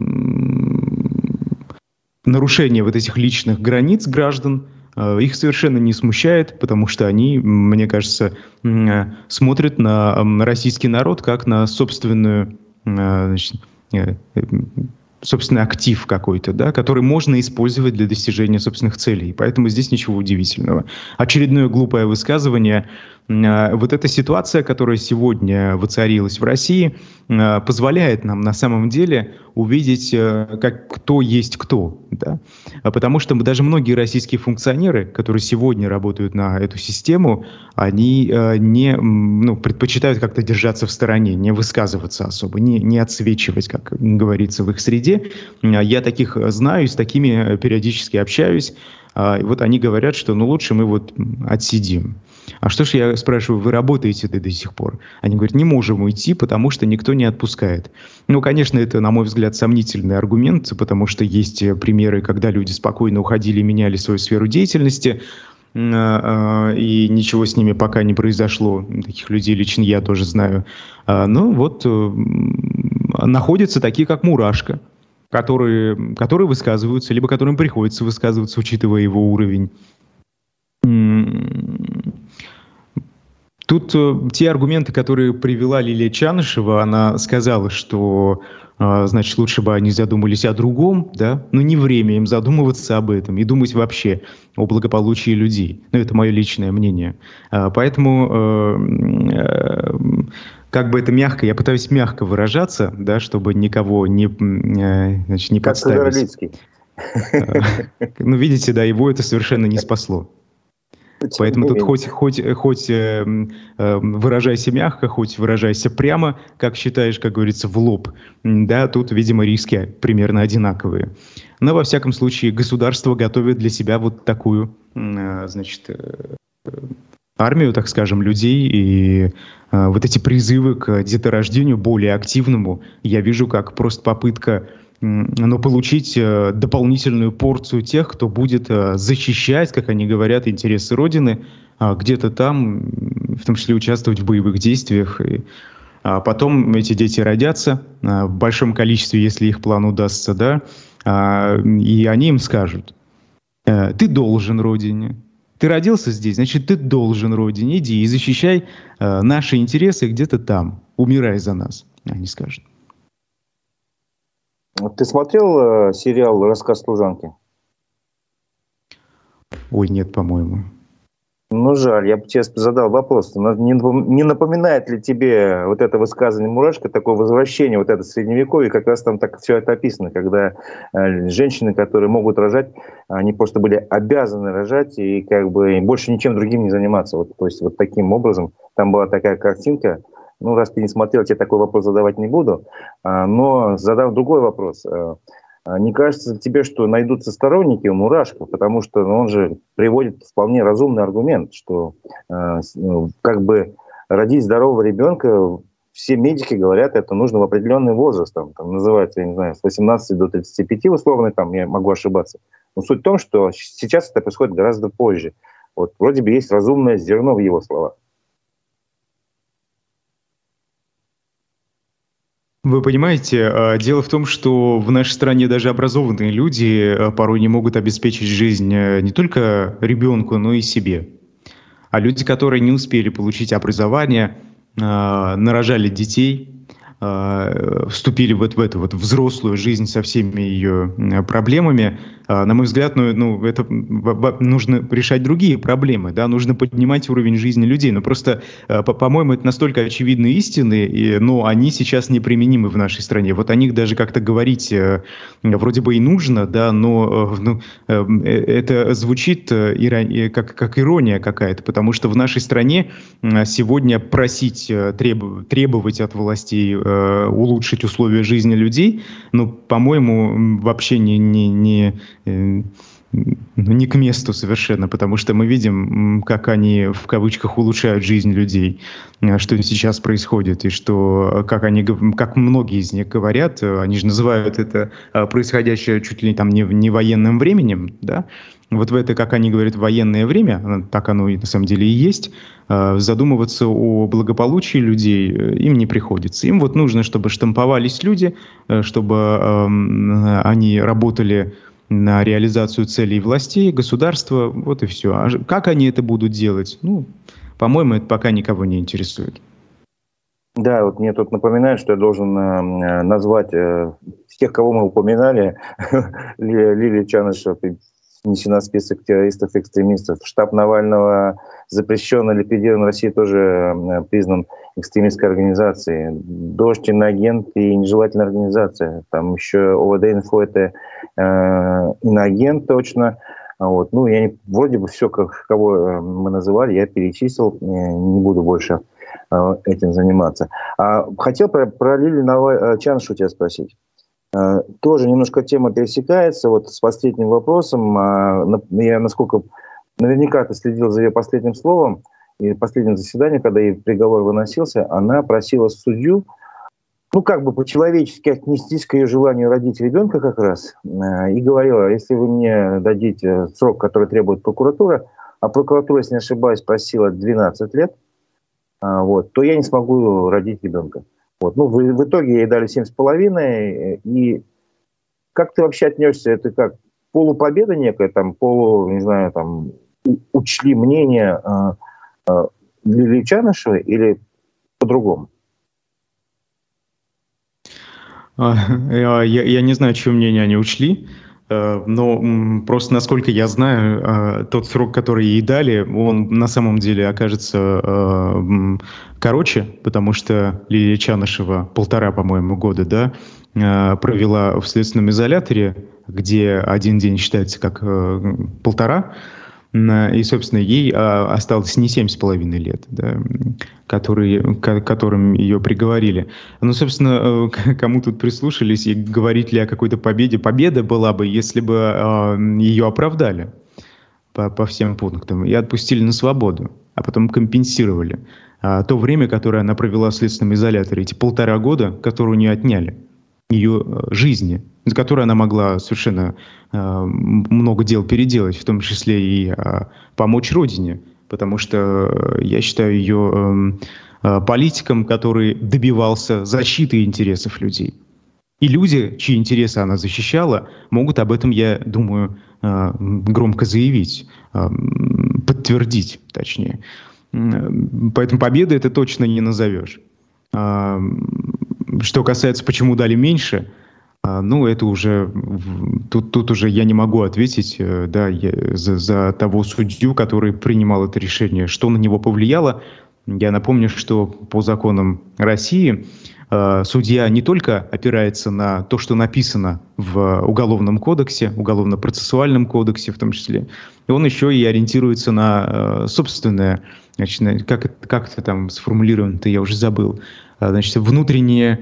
нарушение вот этих личных границ граждан их совершенно не смущает, потому что они, мне кажется, смотрят на российский народ как на собственный актив какой-то, который можно использовать для достижения собственных целей. Поэтому здесь ничего удивительного. Очередное глупое высказывание. Вот эта ситуация, которая сегодня воцарилась в России, позволяет нам на самом деле увидеть, кто есть кто. Да? Потому что даже многие российские функционеры, которые сегодня работают на эту систему, они предпочитают как-то держаться в стороне, не высказываться особо, не отсвечивать, как говорится в их среде. Я таких знаю, и с такими периодически общаюсь. И вот они говорят, что лучше мы отсидим. А что ж, я спрашиваю, вы работаете до сих пор? Они говорят, не можем уйти, потому что никто не отпускает. Конечно, это, на мой взгляд, сомнительный аргумент, потому что есть примеры, когда люди спокойно уходили и меняли свою сферу деятельности, и ничего с ними пока не произошло. Таких людей лично я тоже знаю. Находятся такие, как Мурашко, которые высказываются, либо которым приходится высказываться, учитывая его уровень. Тут те аргументы, которые привела Лилия Чанышева, она сказала, что, лучше бы они задумались о другом, но не время им задумываться об этом и думать вообще о благополучии людей. Это мое личное мнение. Поэтому, это мягко, я пытаюсь мягко выражаться, чтобы никого не подставить. Видите, его это совершенно не спасло. Поэтому тут хоть выражайся мягко, хоть выражайся прямо, как считаешь, как говорится, в лоб. Тут, видимо, риски примерно одинаковые. Но, во всяком случае, государство готовит для себя такую, армию, так скажем, людей. И эти призывы к деторождению более активному я вижу как просто попытка получить дополнительную порцию тех, кто будет защищать, как они говорят, интересы Родины, где-то там, в том числе участвовать в боевых действиях. И потом эти дети родятся в большом количестве, если их план удастся, и они им скажут: ты должен Родине. Ты родился здесь, значит, ты должен Родине. Иди и защищай наши интересы где-то там. Умирай за нас, они скажут. Ты смотрел сериал «Рассказ служанки»? Ой, нет, по-моему. Ну, жаль, я бы тебе задал вопрос. Не напоминает ли тебе вот это высказывание Мурашко, такое возвращение, вот это средневековье, как раз там так все это описано, когда женщины, которые могут рожать, они просто были обязаны рожать и как бы больше ничем другим не заниматься. Вот, то есть вот таким образом, там была такая картинка. Ну, раз ты не смотрел, я тебе такой вопрос задавать не буду. Но задам другой вопрос. Не кажется ли тебе, что найдутся сторонники у Мурашко, потому что он же приводит вполне разумный аргумент, что как бы родить здорового ребенка, все медики говорят, это нужно в определенный возраст, там называется, я не знаю, с 18 до 35 условно, там я могу ошибаться. Но суть в том, что сейчас это происходит гораздо позже. Вот вроде бы есть разумное зерно в его словах. Вы понимаете, дело в том, что в нашей стране даже образованные люди порой не могут обеспечить жизнь не только ребенку, но и себе. А люди, которые не успели получить образование, нарожали детей, вступили вот в эту вот взрослую жизнь со всеми ее проблемами, на мой взгляд, это нужно решать другие проблемы, да, нужно поднимать уровень жизни людей. Но просто, по-моему, это настолько очевидные истины, но они сейчас неприменимы в нашей стране. Вот о них даже как-то говорить вроде бы и нужно, да, но это звучит как ирония какая-то, потому что в нашей стране сегодня просить, требовать от властей улучшить условия жизни людей, по-моему, вообще не к месту совершенно, потому что мы видим, как они в кавычках улучшают жизнь людей, что сейчас происходит, и как многие из них говорят, они же называют это происходящее чуть ли там не военным временем, да, вот в это, как они говорят, военное время, так оно и на самом деле и есть, задумываться о благополучии людей им не приходится. Им вот нужно, чтобы штамповались люди, чтобы они работали на реализацию целей властей, государства, вот и все. А как они это будут делать? По-моему, это пока никого не интересует. Да, вот мне тут напоминают, что я должен назвать тех, кого мы упоминали. Лилия Чанышева внесена в список террористов-экстремистов. Штаб Навального запрещен и ликвидирован в России, тоже признан экстремистской организацией. Дождь, иноагент и нежелательная организация. Там еще ОВД-инфо — это иноагент точно. Вот. Вроде бы все, кого мы называли, я перечислил, не буду больше этим заниматься. Хотел про Лилию Чанышеву тебя спросить. Тоже немножко тема пересекается вот с последним вопросом. Я наверняка ты следил за ее последним словом и последним заседанием, когда ей приговор выносился, она просила судью, по-человечески отнестись к ее желанию родить ребенка как раз, и говорила: если вы мне дадите срок, который требует прокуратура, а прокуратура, если не ошибаюсь, просила 12 лет, то я не смогу родить ребенка. В итоге ей дали 7,5. И как ты вообще отнесешься? Это как полупобеда некая, учли мнение Лилии Чанышевой или по-другому? Я не знаю, чье мнение они учли, но просто, насколько я знаю, тот срок, который ей дали, он на самом деле окажется короче, потому что Лилия Чанышева 1,5, по-моему, года, да, провела в следственном изоляторе, где один день считается как 1,5, и, собственно, ей осталось не 7,5 лет, да, которым ее приговорили. Собственно, кому тут прислушались и говорить ли о какой-то победе? Победа была бы, если бы ее оправдали по всем пунктам и отпустили на свободу, а потом компенсировали то время, которое она провела в следственном изоляторе, эти 1,5 года, которые у нее отняли, ее жизни, за которые она могла совершенно много дел переделать, в том числе и помочь Родине, потому что я считаю ее политиком, который добивался защиты интересов людей. И люди, чьи интересы она защищала, могут об этом, я думаю, громко заявить, подтвердить, точнее. Поэтому победы это точно не назовешь. Что касается, почему дали меньше, Ну, это уже, тут уже я не могу ответить, да, за того судью, который принимал это решение. Что на него повлияло? Я напомню, что по законам России судья не только опирается на то, что написано в Уголовном кодексе, Уголовно-процессуальном кодексе в том числе, и он еще и ориентируется на собственное, значит, как это там сформулировано-то, я уже забыл, значит, внутреннее,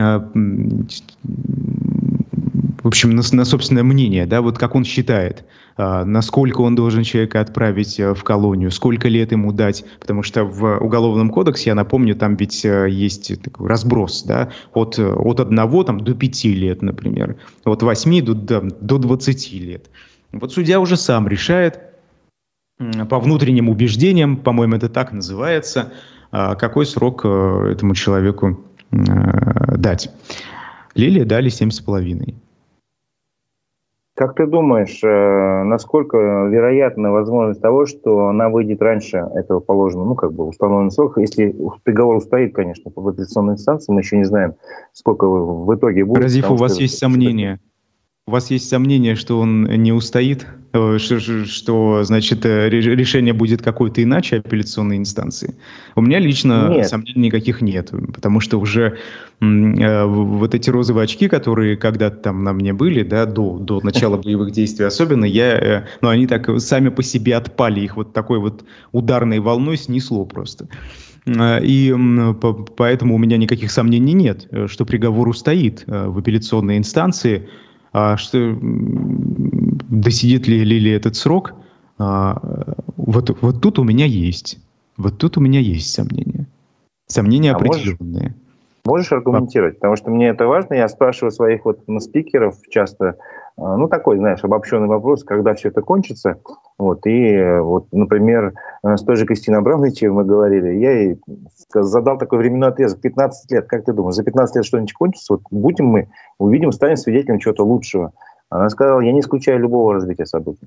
в общем, на собственное мнение, да, вот как он считает, насколько он должен человека отправить в колонию, сколько лет ему дать, потому что в Уголовном кодексе, я напомню, там ведь есть такой разброс, да, от 1 там, до 5 лет, например, от 8 до 20 лет. Вот судья уже сам решает по внутренним убеждениям, по-моему, это так называется, какой срок этому человеку дать. Лилии дали 7,5. Как ты думаешь, насколько вероятна возможность того, что она выйдет раньше этого положенного, ну, как бы установленного срока, если приговор устоит, конечно, по апелляционной инстанции, мы еще не знаем, сколько в итоге будет. Разиф, у вас есть сомнения? У вас есть сомнение, что он не устоит, что значит, решение будет какое-то иначе апелляционной инстанции? У меня лично сомнений никаких нет, потому что уже вот эти розовые очки, которые когда-то там на мне были, да, до начала боевых действий особенно, они так сами по себе отпали, их вот такой вот ударной волной снесло просто. И поэтому у меня никаких сомнений нет, что приговор устоит в апелляционной инстанции. А что досидит ли этот срок? Вот тут у меня есть. Вот тут у меня есть сомнения. Сомнения определенные. Можешь аргументировать? Потому что мне это важно. Я спрашиваю своих спикеров часто, такой, знаешь, обобщенный вопрос, когда все это кончится. Например, с той же Кристиной Абрамовной мы говорили, я ей задал такой временной отрезок, 15 лет. Как ты думаешь, за 15 лет что-нибудь кончится? Вот будем мы, увидим, станем свидетелем чего-то лучшего. Она сказала, я не исключаю любого развития событий.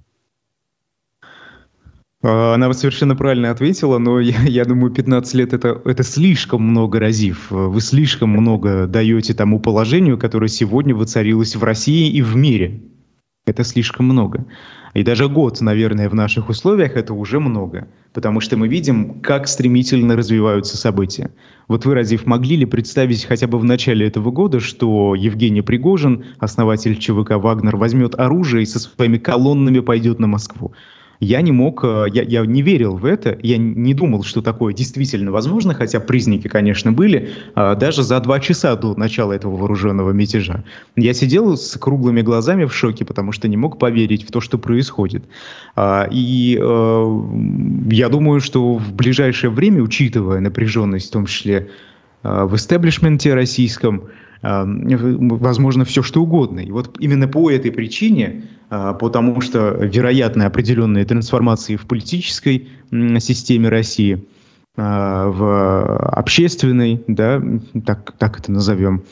Она совершенно правильно ответила, но я думаю, 15 лет это слишком много, Разиф. Вы слишком много даете тому положению, которое сегодня воцарилось в России и в мире. Это слишком много. И даже год, наверное, в наших условиях это уже много. Потому что мы видим, как стремительно развиваются события. Вот вы, Разиф, могли ли представить хотя бы в начале этого года, что Евгений Пригожин, основатель ЧВК «Вагнер», возьмет оружие и со своими колоннами пойдет на Москву? Я не мог, я не верил в это, я не думал, что такое действительно возможно, хотя признаки, конечно, были, даже за 2 часа до начала этого вооруженного мятежа. Я сидел с круглыми глазами в шоке, потому что не мог поверить в то, что происходит. И я думаю, что в ближайшее время, учитывая напряженность, в том числе в истеблишменте российском, возможно, все что угодно. И вот именно по этой причине, потому что вероятны определенные трансформации в политической системе России, в общественной, да, так это назовем,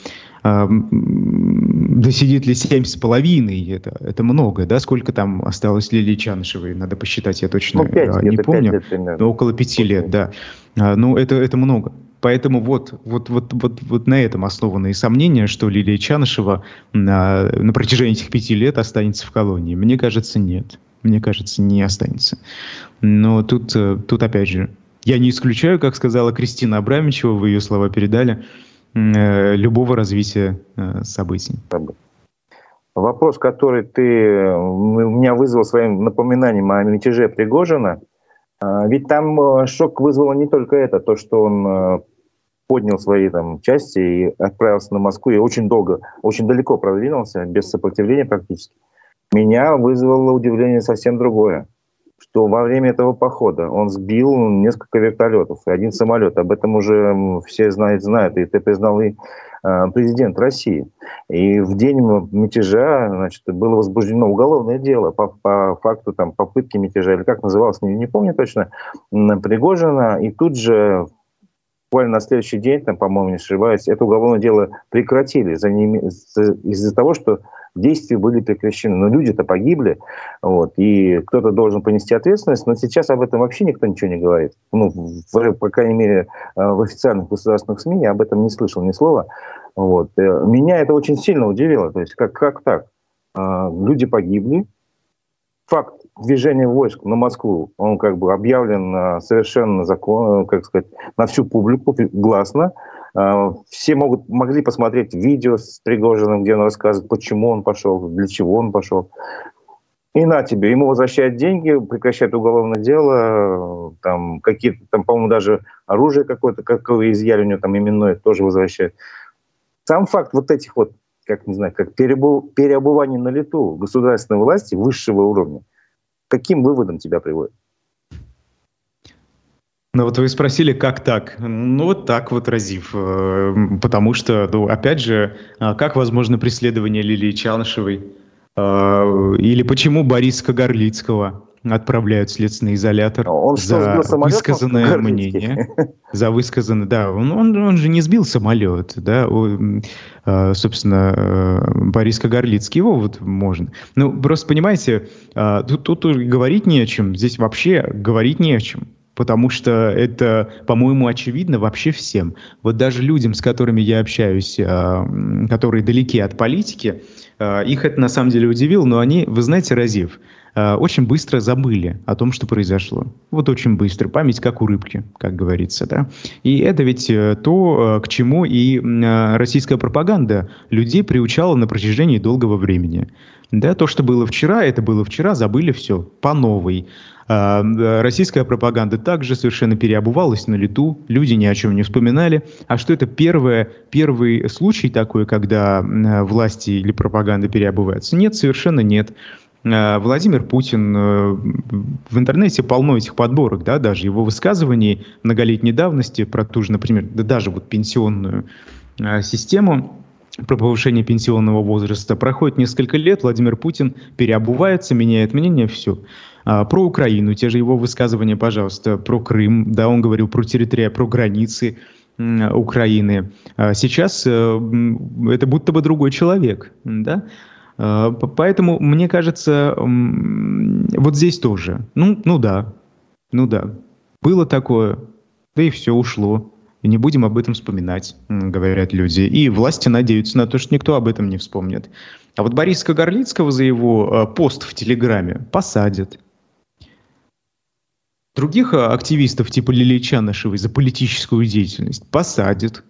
досидит ли 7,5, это много, да, сколько там осталось Лилии Чанышевой, надо посчитать, я точно 5, не помню, 5 лет примерно. Около 5 лет, да. Ну, это много. Поэтому вот на этом основаны и сомнения, что Лилия Чанышева на протяжении этих 5 лет останется в колонии. Мне кажется, нет. Мне кажется, не останется. Но тут опять же, я не исключаю, как сказала Кристина Абрамичева, вы ее слова передали, любого развития событий. Вопрос, который ты у меня вызвал своим напоминанием о мятеже Пригожина, ведь там шок вызвало не только это, то, что он поднял свои части и отправился на Москву, и очень долго, очень далеко продвинулся, без сопротивления практически. Меня вызвало удивление совсем другое, что во время этого похода он сбил несколько вертолетов и 1 самолет. Об этом уже все знают, и это признал и президент России. И в день мятежа, было возбуждено уголовное дело по факту попытки мятежа, или как называлось, не помню точно, Пригожина. И тут же буквально на следующий день, там, по-моему, не ошибаюсь, это уголовное дело прекратили из-за того, что действия были прекращены. Но люди-то погибли, вот, и кто-то должен понести ответственность, но сейчас об этом вообще никто ничего не говорит. Ну, по крайней мере, в официальных государственных СМИ я об этом не слышал ни слова. Вот. Меня это очень сильно удивило. То есть как так? Люди погибли. Факт движения войск на Москву, он как бы объявлен совершенно как сказать, на всю публику, гласно. Все могли посмотреть видео с Пригожиным, где он рассказывает, почему он пошел, для чего он пошел. И на тебе, ему возвращают деньги, прекращают уголовное дело, там какие-то, там, по-моему, даже оружие какое-то, какое изъяли у него там именное, тоже возвращают. Сам факт вот этих вот, как не знаю, как переобувание на лету государственной власти высшего уровня, каким выводом тебя приводит? Ну вот вы спросили, как так? Ну вот так вот, Разив. Потому что, ну, опять же, как возможно преследование Лилии Чанышевой? Или почему Бориса Кагарлицкого отправляют в следственный изолятор за высказанное мнение? За высказанное, да. Он же не сбил самолет, да. Собственно, Борис Кагарлицкий, его вот можно. Ну, просто понимаете, тут говорить не о чем. Здесь вообще говорить не о чем. Потому что это, по-моему, очевидно вообще всем. Вот даже людям, с которыми я общаюсь, которые далеки от политики, их это на самом деле удивило, но они, вы знаете, Разив, очень быстро забыли о том, что произошло. Вот очень быстро. Память как у рыбки, как говорится, да. И это ведь то, к чему и российская пропаганда людей приучала на протяжении долгого времени. Да, то, что было вчера, это было вчера, забыли все по новой. Российская пропаганда также совершенно переобувалась на лету, люди ни о чем не вспоминали. А что это первый случай такой, когда власти или пропаганда переобуваются? Нет, совершенно нет. Владимир Путин, в интернете полно этих подборок, да, даже его высказываний многолетней давности про ту же, например, да, даже вот пенсионную систему, про повышение пенсионного возраста. Проходит несколько лет, Владимир Путин переобувается, меняет мнение, все. Про Украину, те же его высказывания, пожалуйста, про Крым, да, он говорил про территорию, про границы Украины. Сейчас это будто бы другой человек, да. Поэтому, мне кажется, вот здесь тоже. Ну да. Было такое, да и все, ушло. И не будем об этом вспоминать, говорят люди. И власти надеются на то, что никто об этом не вспомнит. А вот Бориса Кагарлицкого за его пост в Телеграме посадят. Других активистов типа Лилии Чанышевой за политическую деятельность посадят.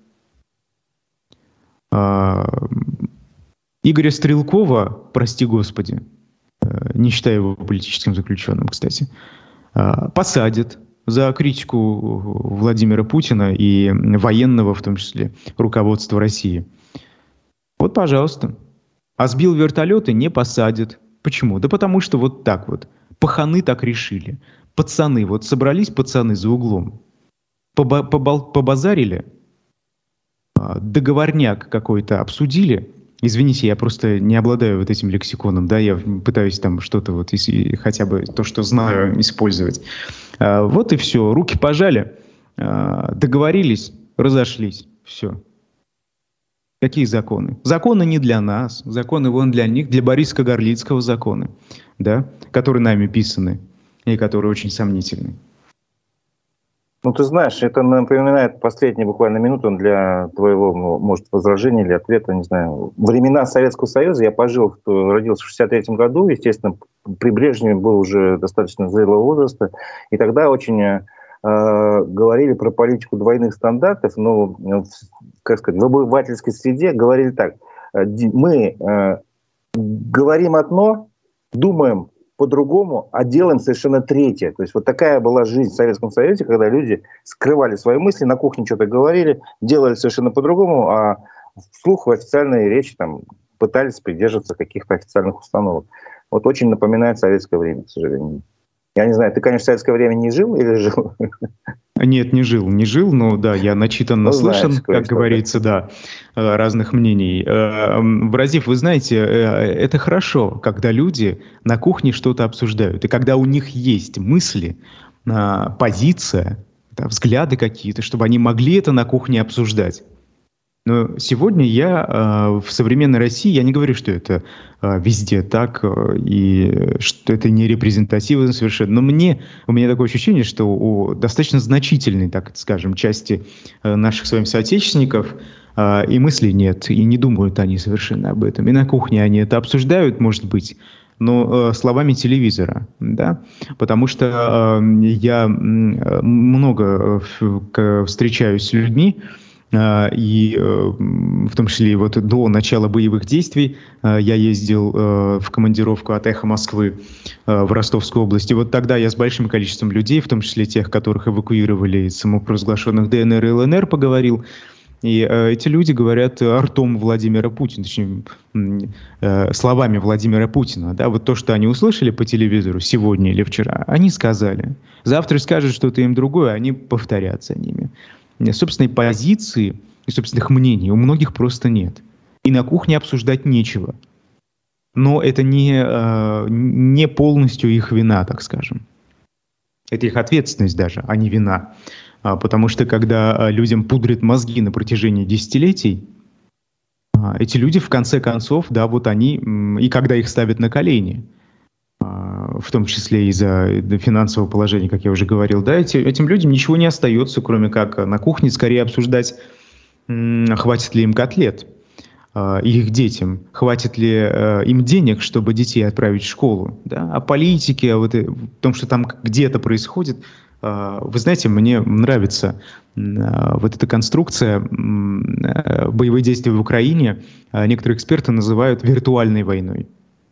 Игоря Стрелкова, прости господи, не считая его политическим заключенным, кстати, посадят за критику Владимира Путина и военного, в том числе, руководства России. Вот, пожалуйста. А сбил вертолеты, не посадят. Почему? Да потому что вот так вот. Паханы так решили. Пацаны, вот собрались пацаны за углом, побазарили, договорняк какой-то обсудили. Извините, я просто не обладаю вот этим лексиконом, да, я пытаюсь там что-то вот, хотя бы то, что знаю, использовать. Вот и все, руки пожали, договорились, разошлись, все. Какие законы? Законы не для нас, законы вон для них, для Бориса Кагарлицкого законы, да, которые нами писаны и которые очень сомнительны. Ну, ты знаешь, это напоминает последние буквально минуту для твоего, может, возражения или ответа, не знаю. Времена Советского Союза я пожил, родился в 1963 году, естественно, при Брежневе был уже достаточно зрелого возраста, и тогда очень говорили про политику двойных стандартов, но, как сказать, в обывательской среде говорили так: мы говорим одно, думаем по-другому, а делаем совершенно третье. То есть вот такая была жизнь в Советском Союзе, когда люди скрывали свои мысли, на кухне что-то говорили, делали совершенно по-другому, а вслух в официальной речи там пытались придерживаться каких-то официальных установок. Вот очень напоминает советское время, к сожалению. Я не знаю, ты, конечно, в советское время не жил или жил? Нет, не жил, но да, я начитан, наслышан, как говорится, да, разных мнений. Разив, вы знаете, это хорошо, когда люди на кухне что-то обсуждают, и когда у них есть мысли, позиция, да, взгляды какие-то, чтобы они могли это на кухне обсуждать. Но сегодня в современной России, я не говорю, что это везде так, и что это не репрезентативно совершенно, но у меня такое ощущение, что у достаточно значительной, так скажем, части наших с вами соотечественников и мыслей нет, и не думают они совершенно об этом. И на кухне они это обсуждают, может быть, но словами телевизора, да, потому что я много встречаюсь с людьми, и в том числе вот до начала боевых действий я ездил в командировку от «Эхо Москвы» в Ростовскую область. И вот тогда я с большим количеством людей, в том числе тех, которых эвакуировали из самопровозглашенных ДНР и ЛНР, поговорил. И эти люди говорят ртом Владимира Путина, точнее, словами Владимира Путина. Да, вот то, что они услышали по телевизору сегодня или вчера, они сказали. Завтра скажут что-то им другое, они повторят за ними. Собственной позиции и собственных мнений у многих просто нет. И на кухне обсуждать нечего. Но это не полностью их вина, так скажем. Это их ответственность даже, а не вина. Потому что когда людям пудрят мозги на протяжении десятилетий, эти люди в конце концов, да, вот они, и когда их ставят на колени, в том числе из-за финансового положения, как я уже говорил, да, этим людям ничего не остается, кроме как на кухне скорее обсуждать, хватит ли им котлет, и их детям, хватит ли им денег, чтобы детей отправить в школу, да, о политике, о том, что там где-то происходит. Вы знаете, мне нравится вот эта конструкция боевых действий в Украине. Некоторые эксперты называют виртуальной войной.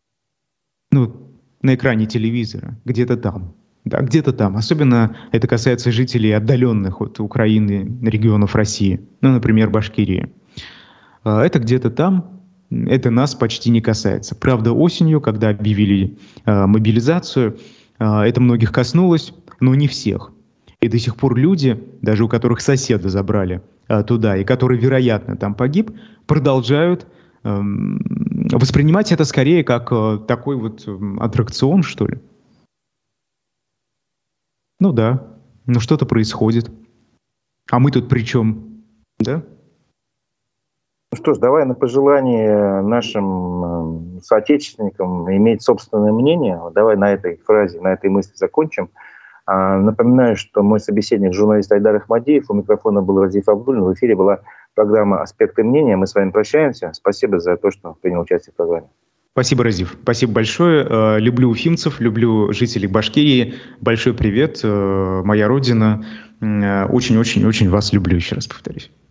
Ну, на экране телевизора, где-то там. Да, где-то там. Особенно это касается жителей отдаленных от Украины регионов России. Ну, например, Башкирии. Это где-то там. Это нас почти не касается. Правда, осенью, когда объявили мобилизацию, это многих коснулось, но не всех. И до сих пор люди, даже у которых соседа забрали туда, и который, вероятно, там погиб, продолжают воспринимать это скорее как такой вот аттракцион, что ли. Ну да, ну что-то происходит. А мы тут при чем? Да? Ну что ж, давай на пожелание нашим соотечественникам иметь собственное мнение. Давай на этой фразе, на этой мысли закончим. Напоминаю, что мой собеседник, журналист Айдар Ахмадиев, у микрофона был Разиф Абдуллин, в эфире была программа «Аспекты мнения». Мы с вами прощаемся. Спасибо за то, что принял участие в программе. Спасибо, Разиф. Спасибо большое. Люблю уфимцев, люблю жителей Башкирии. Большой привет, моя родина. Очень-очень-очень вас люблю, еще раз повторюсь.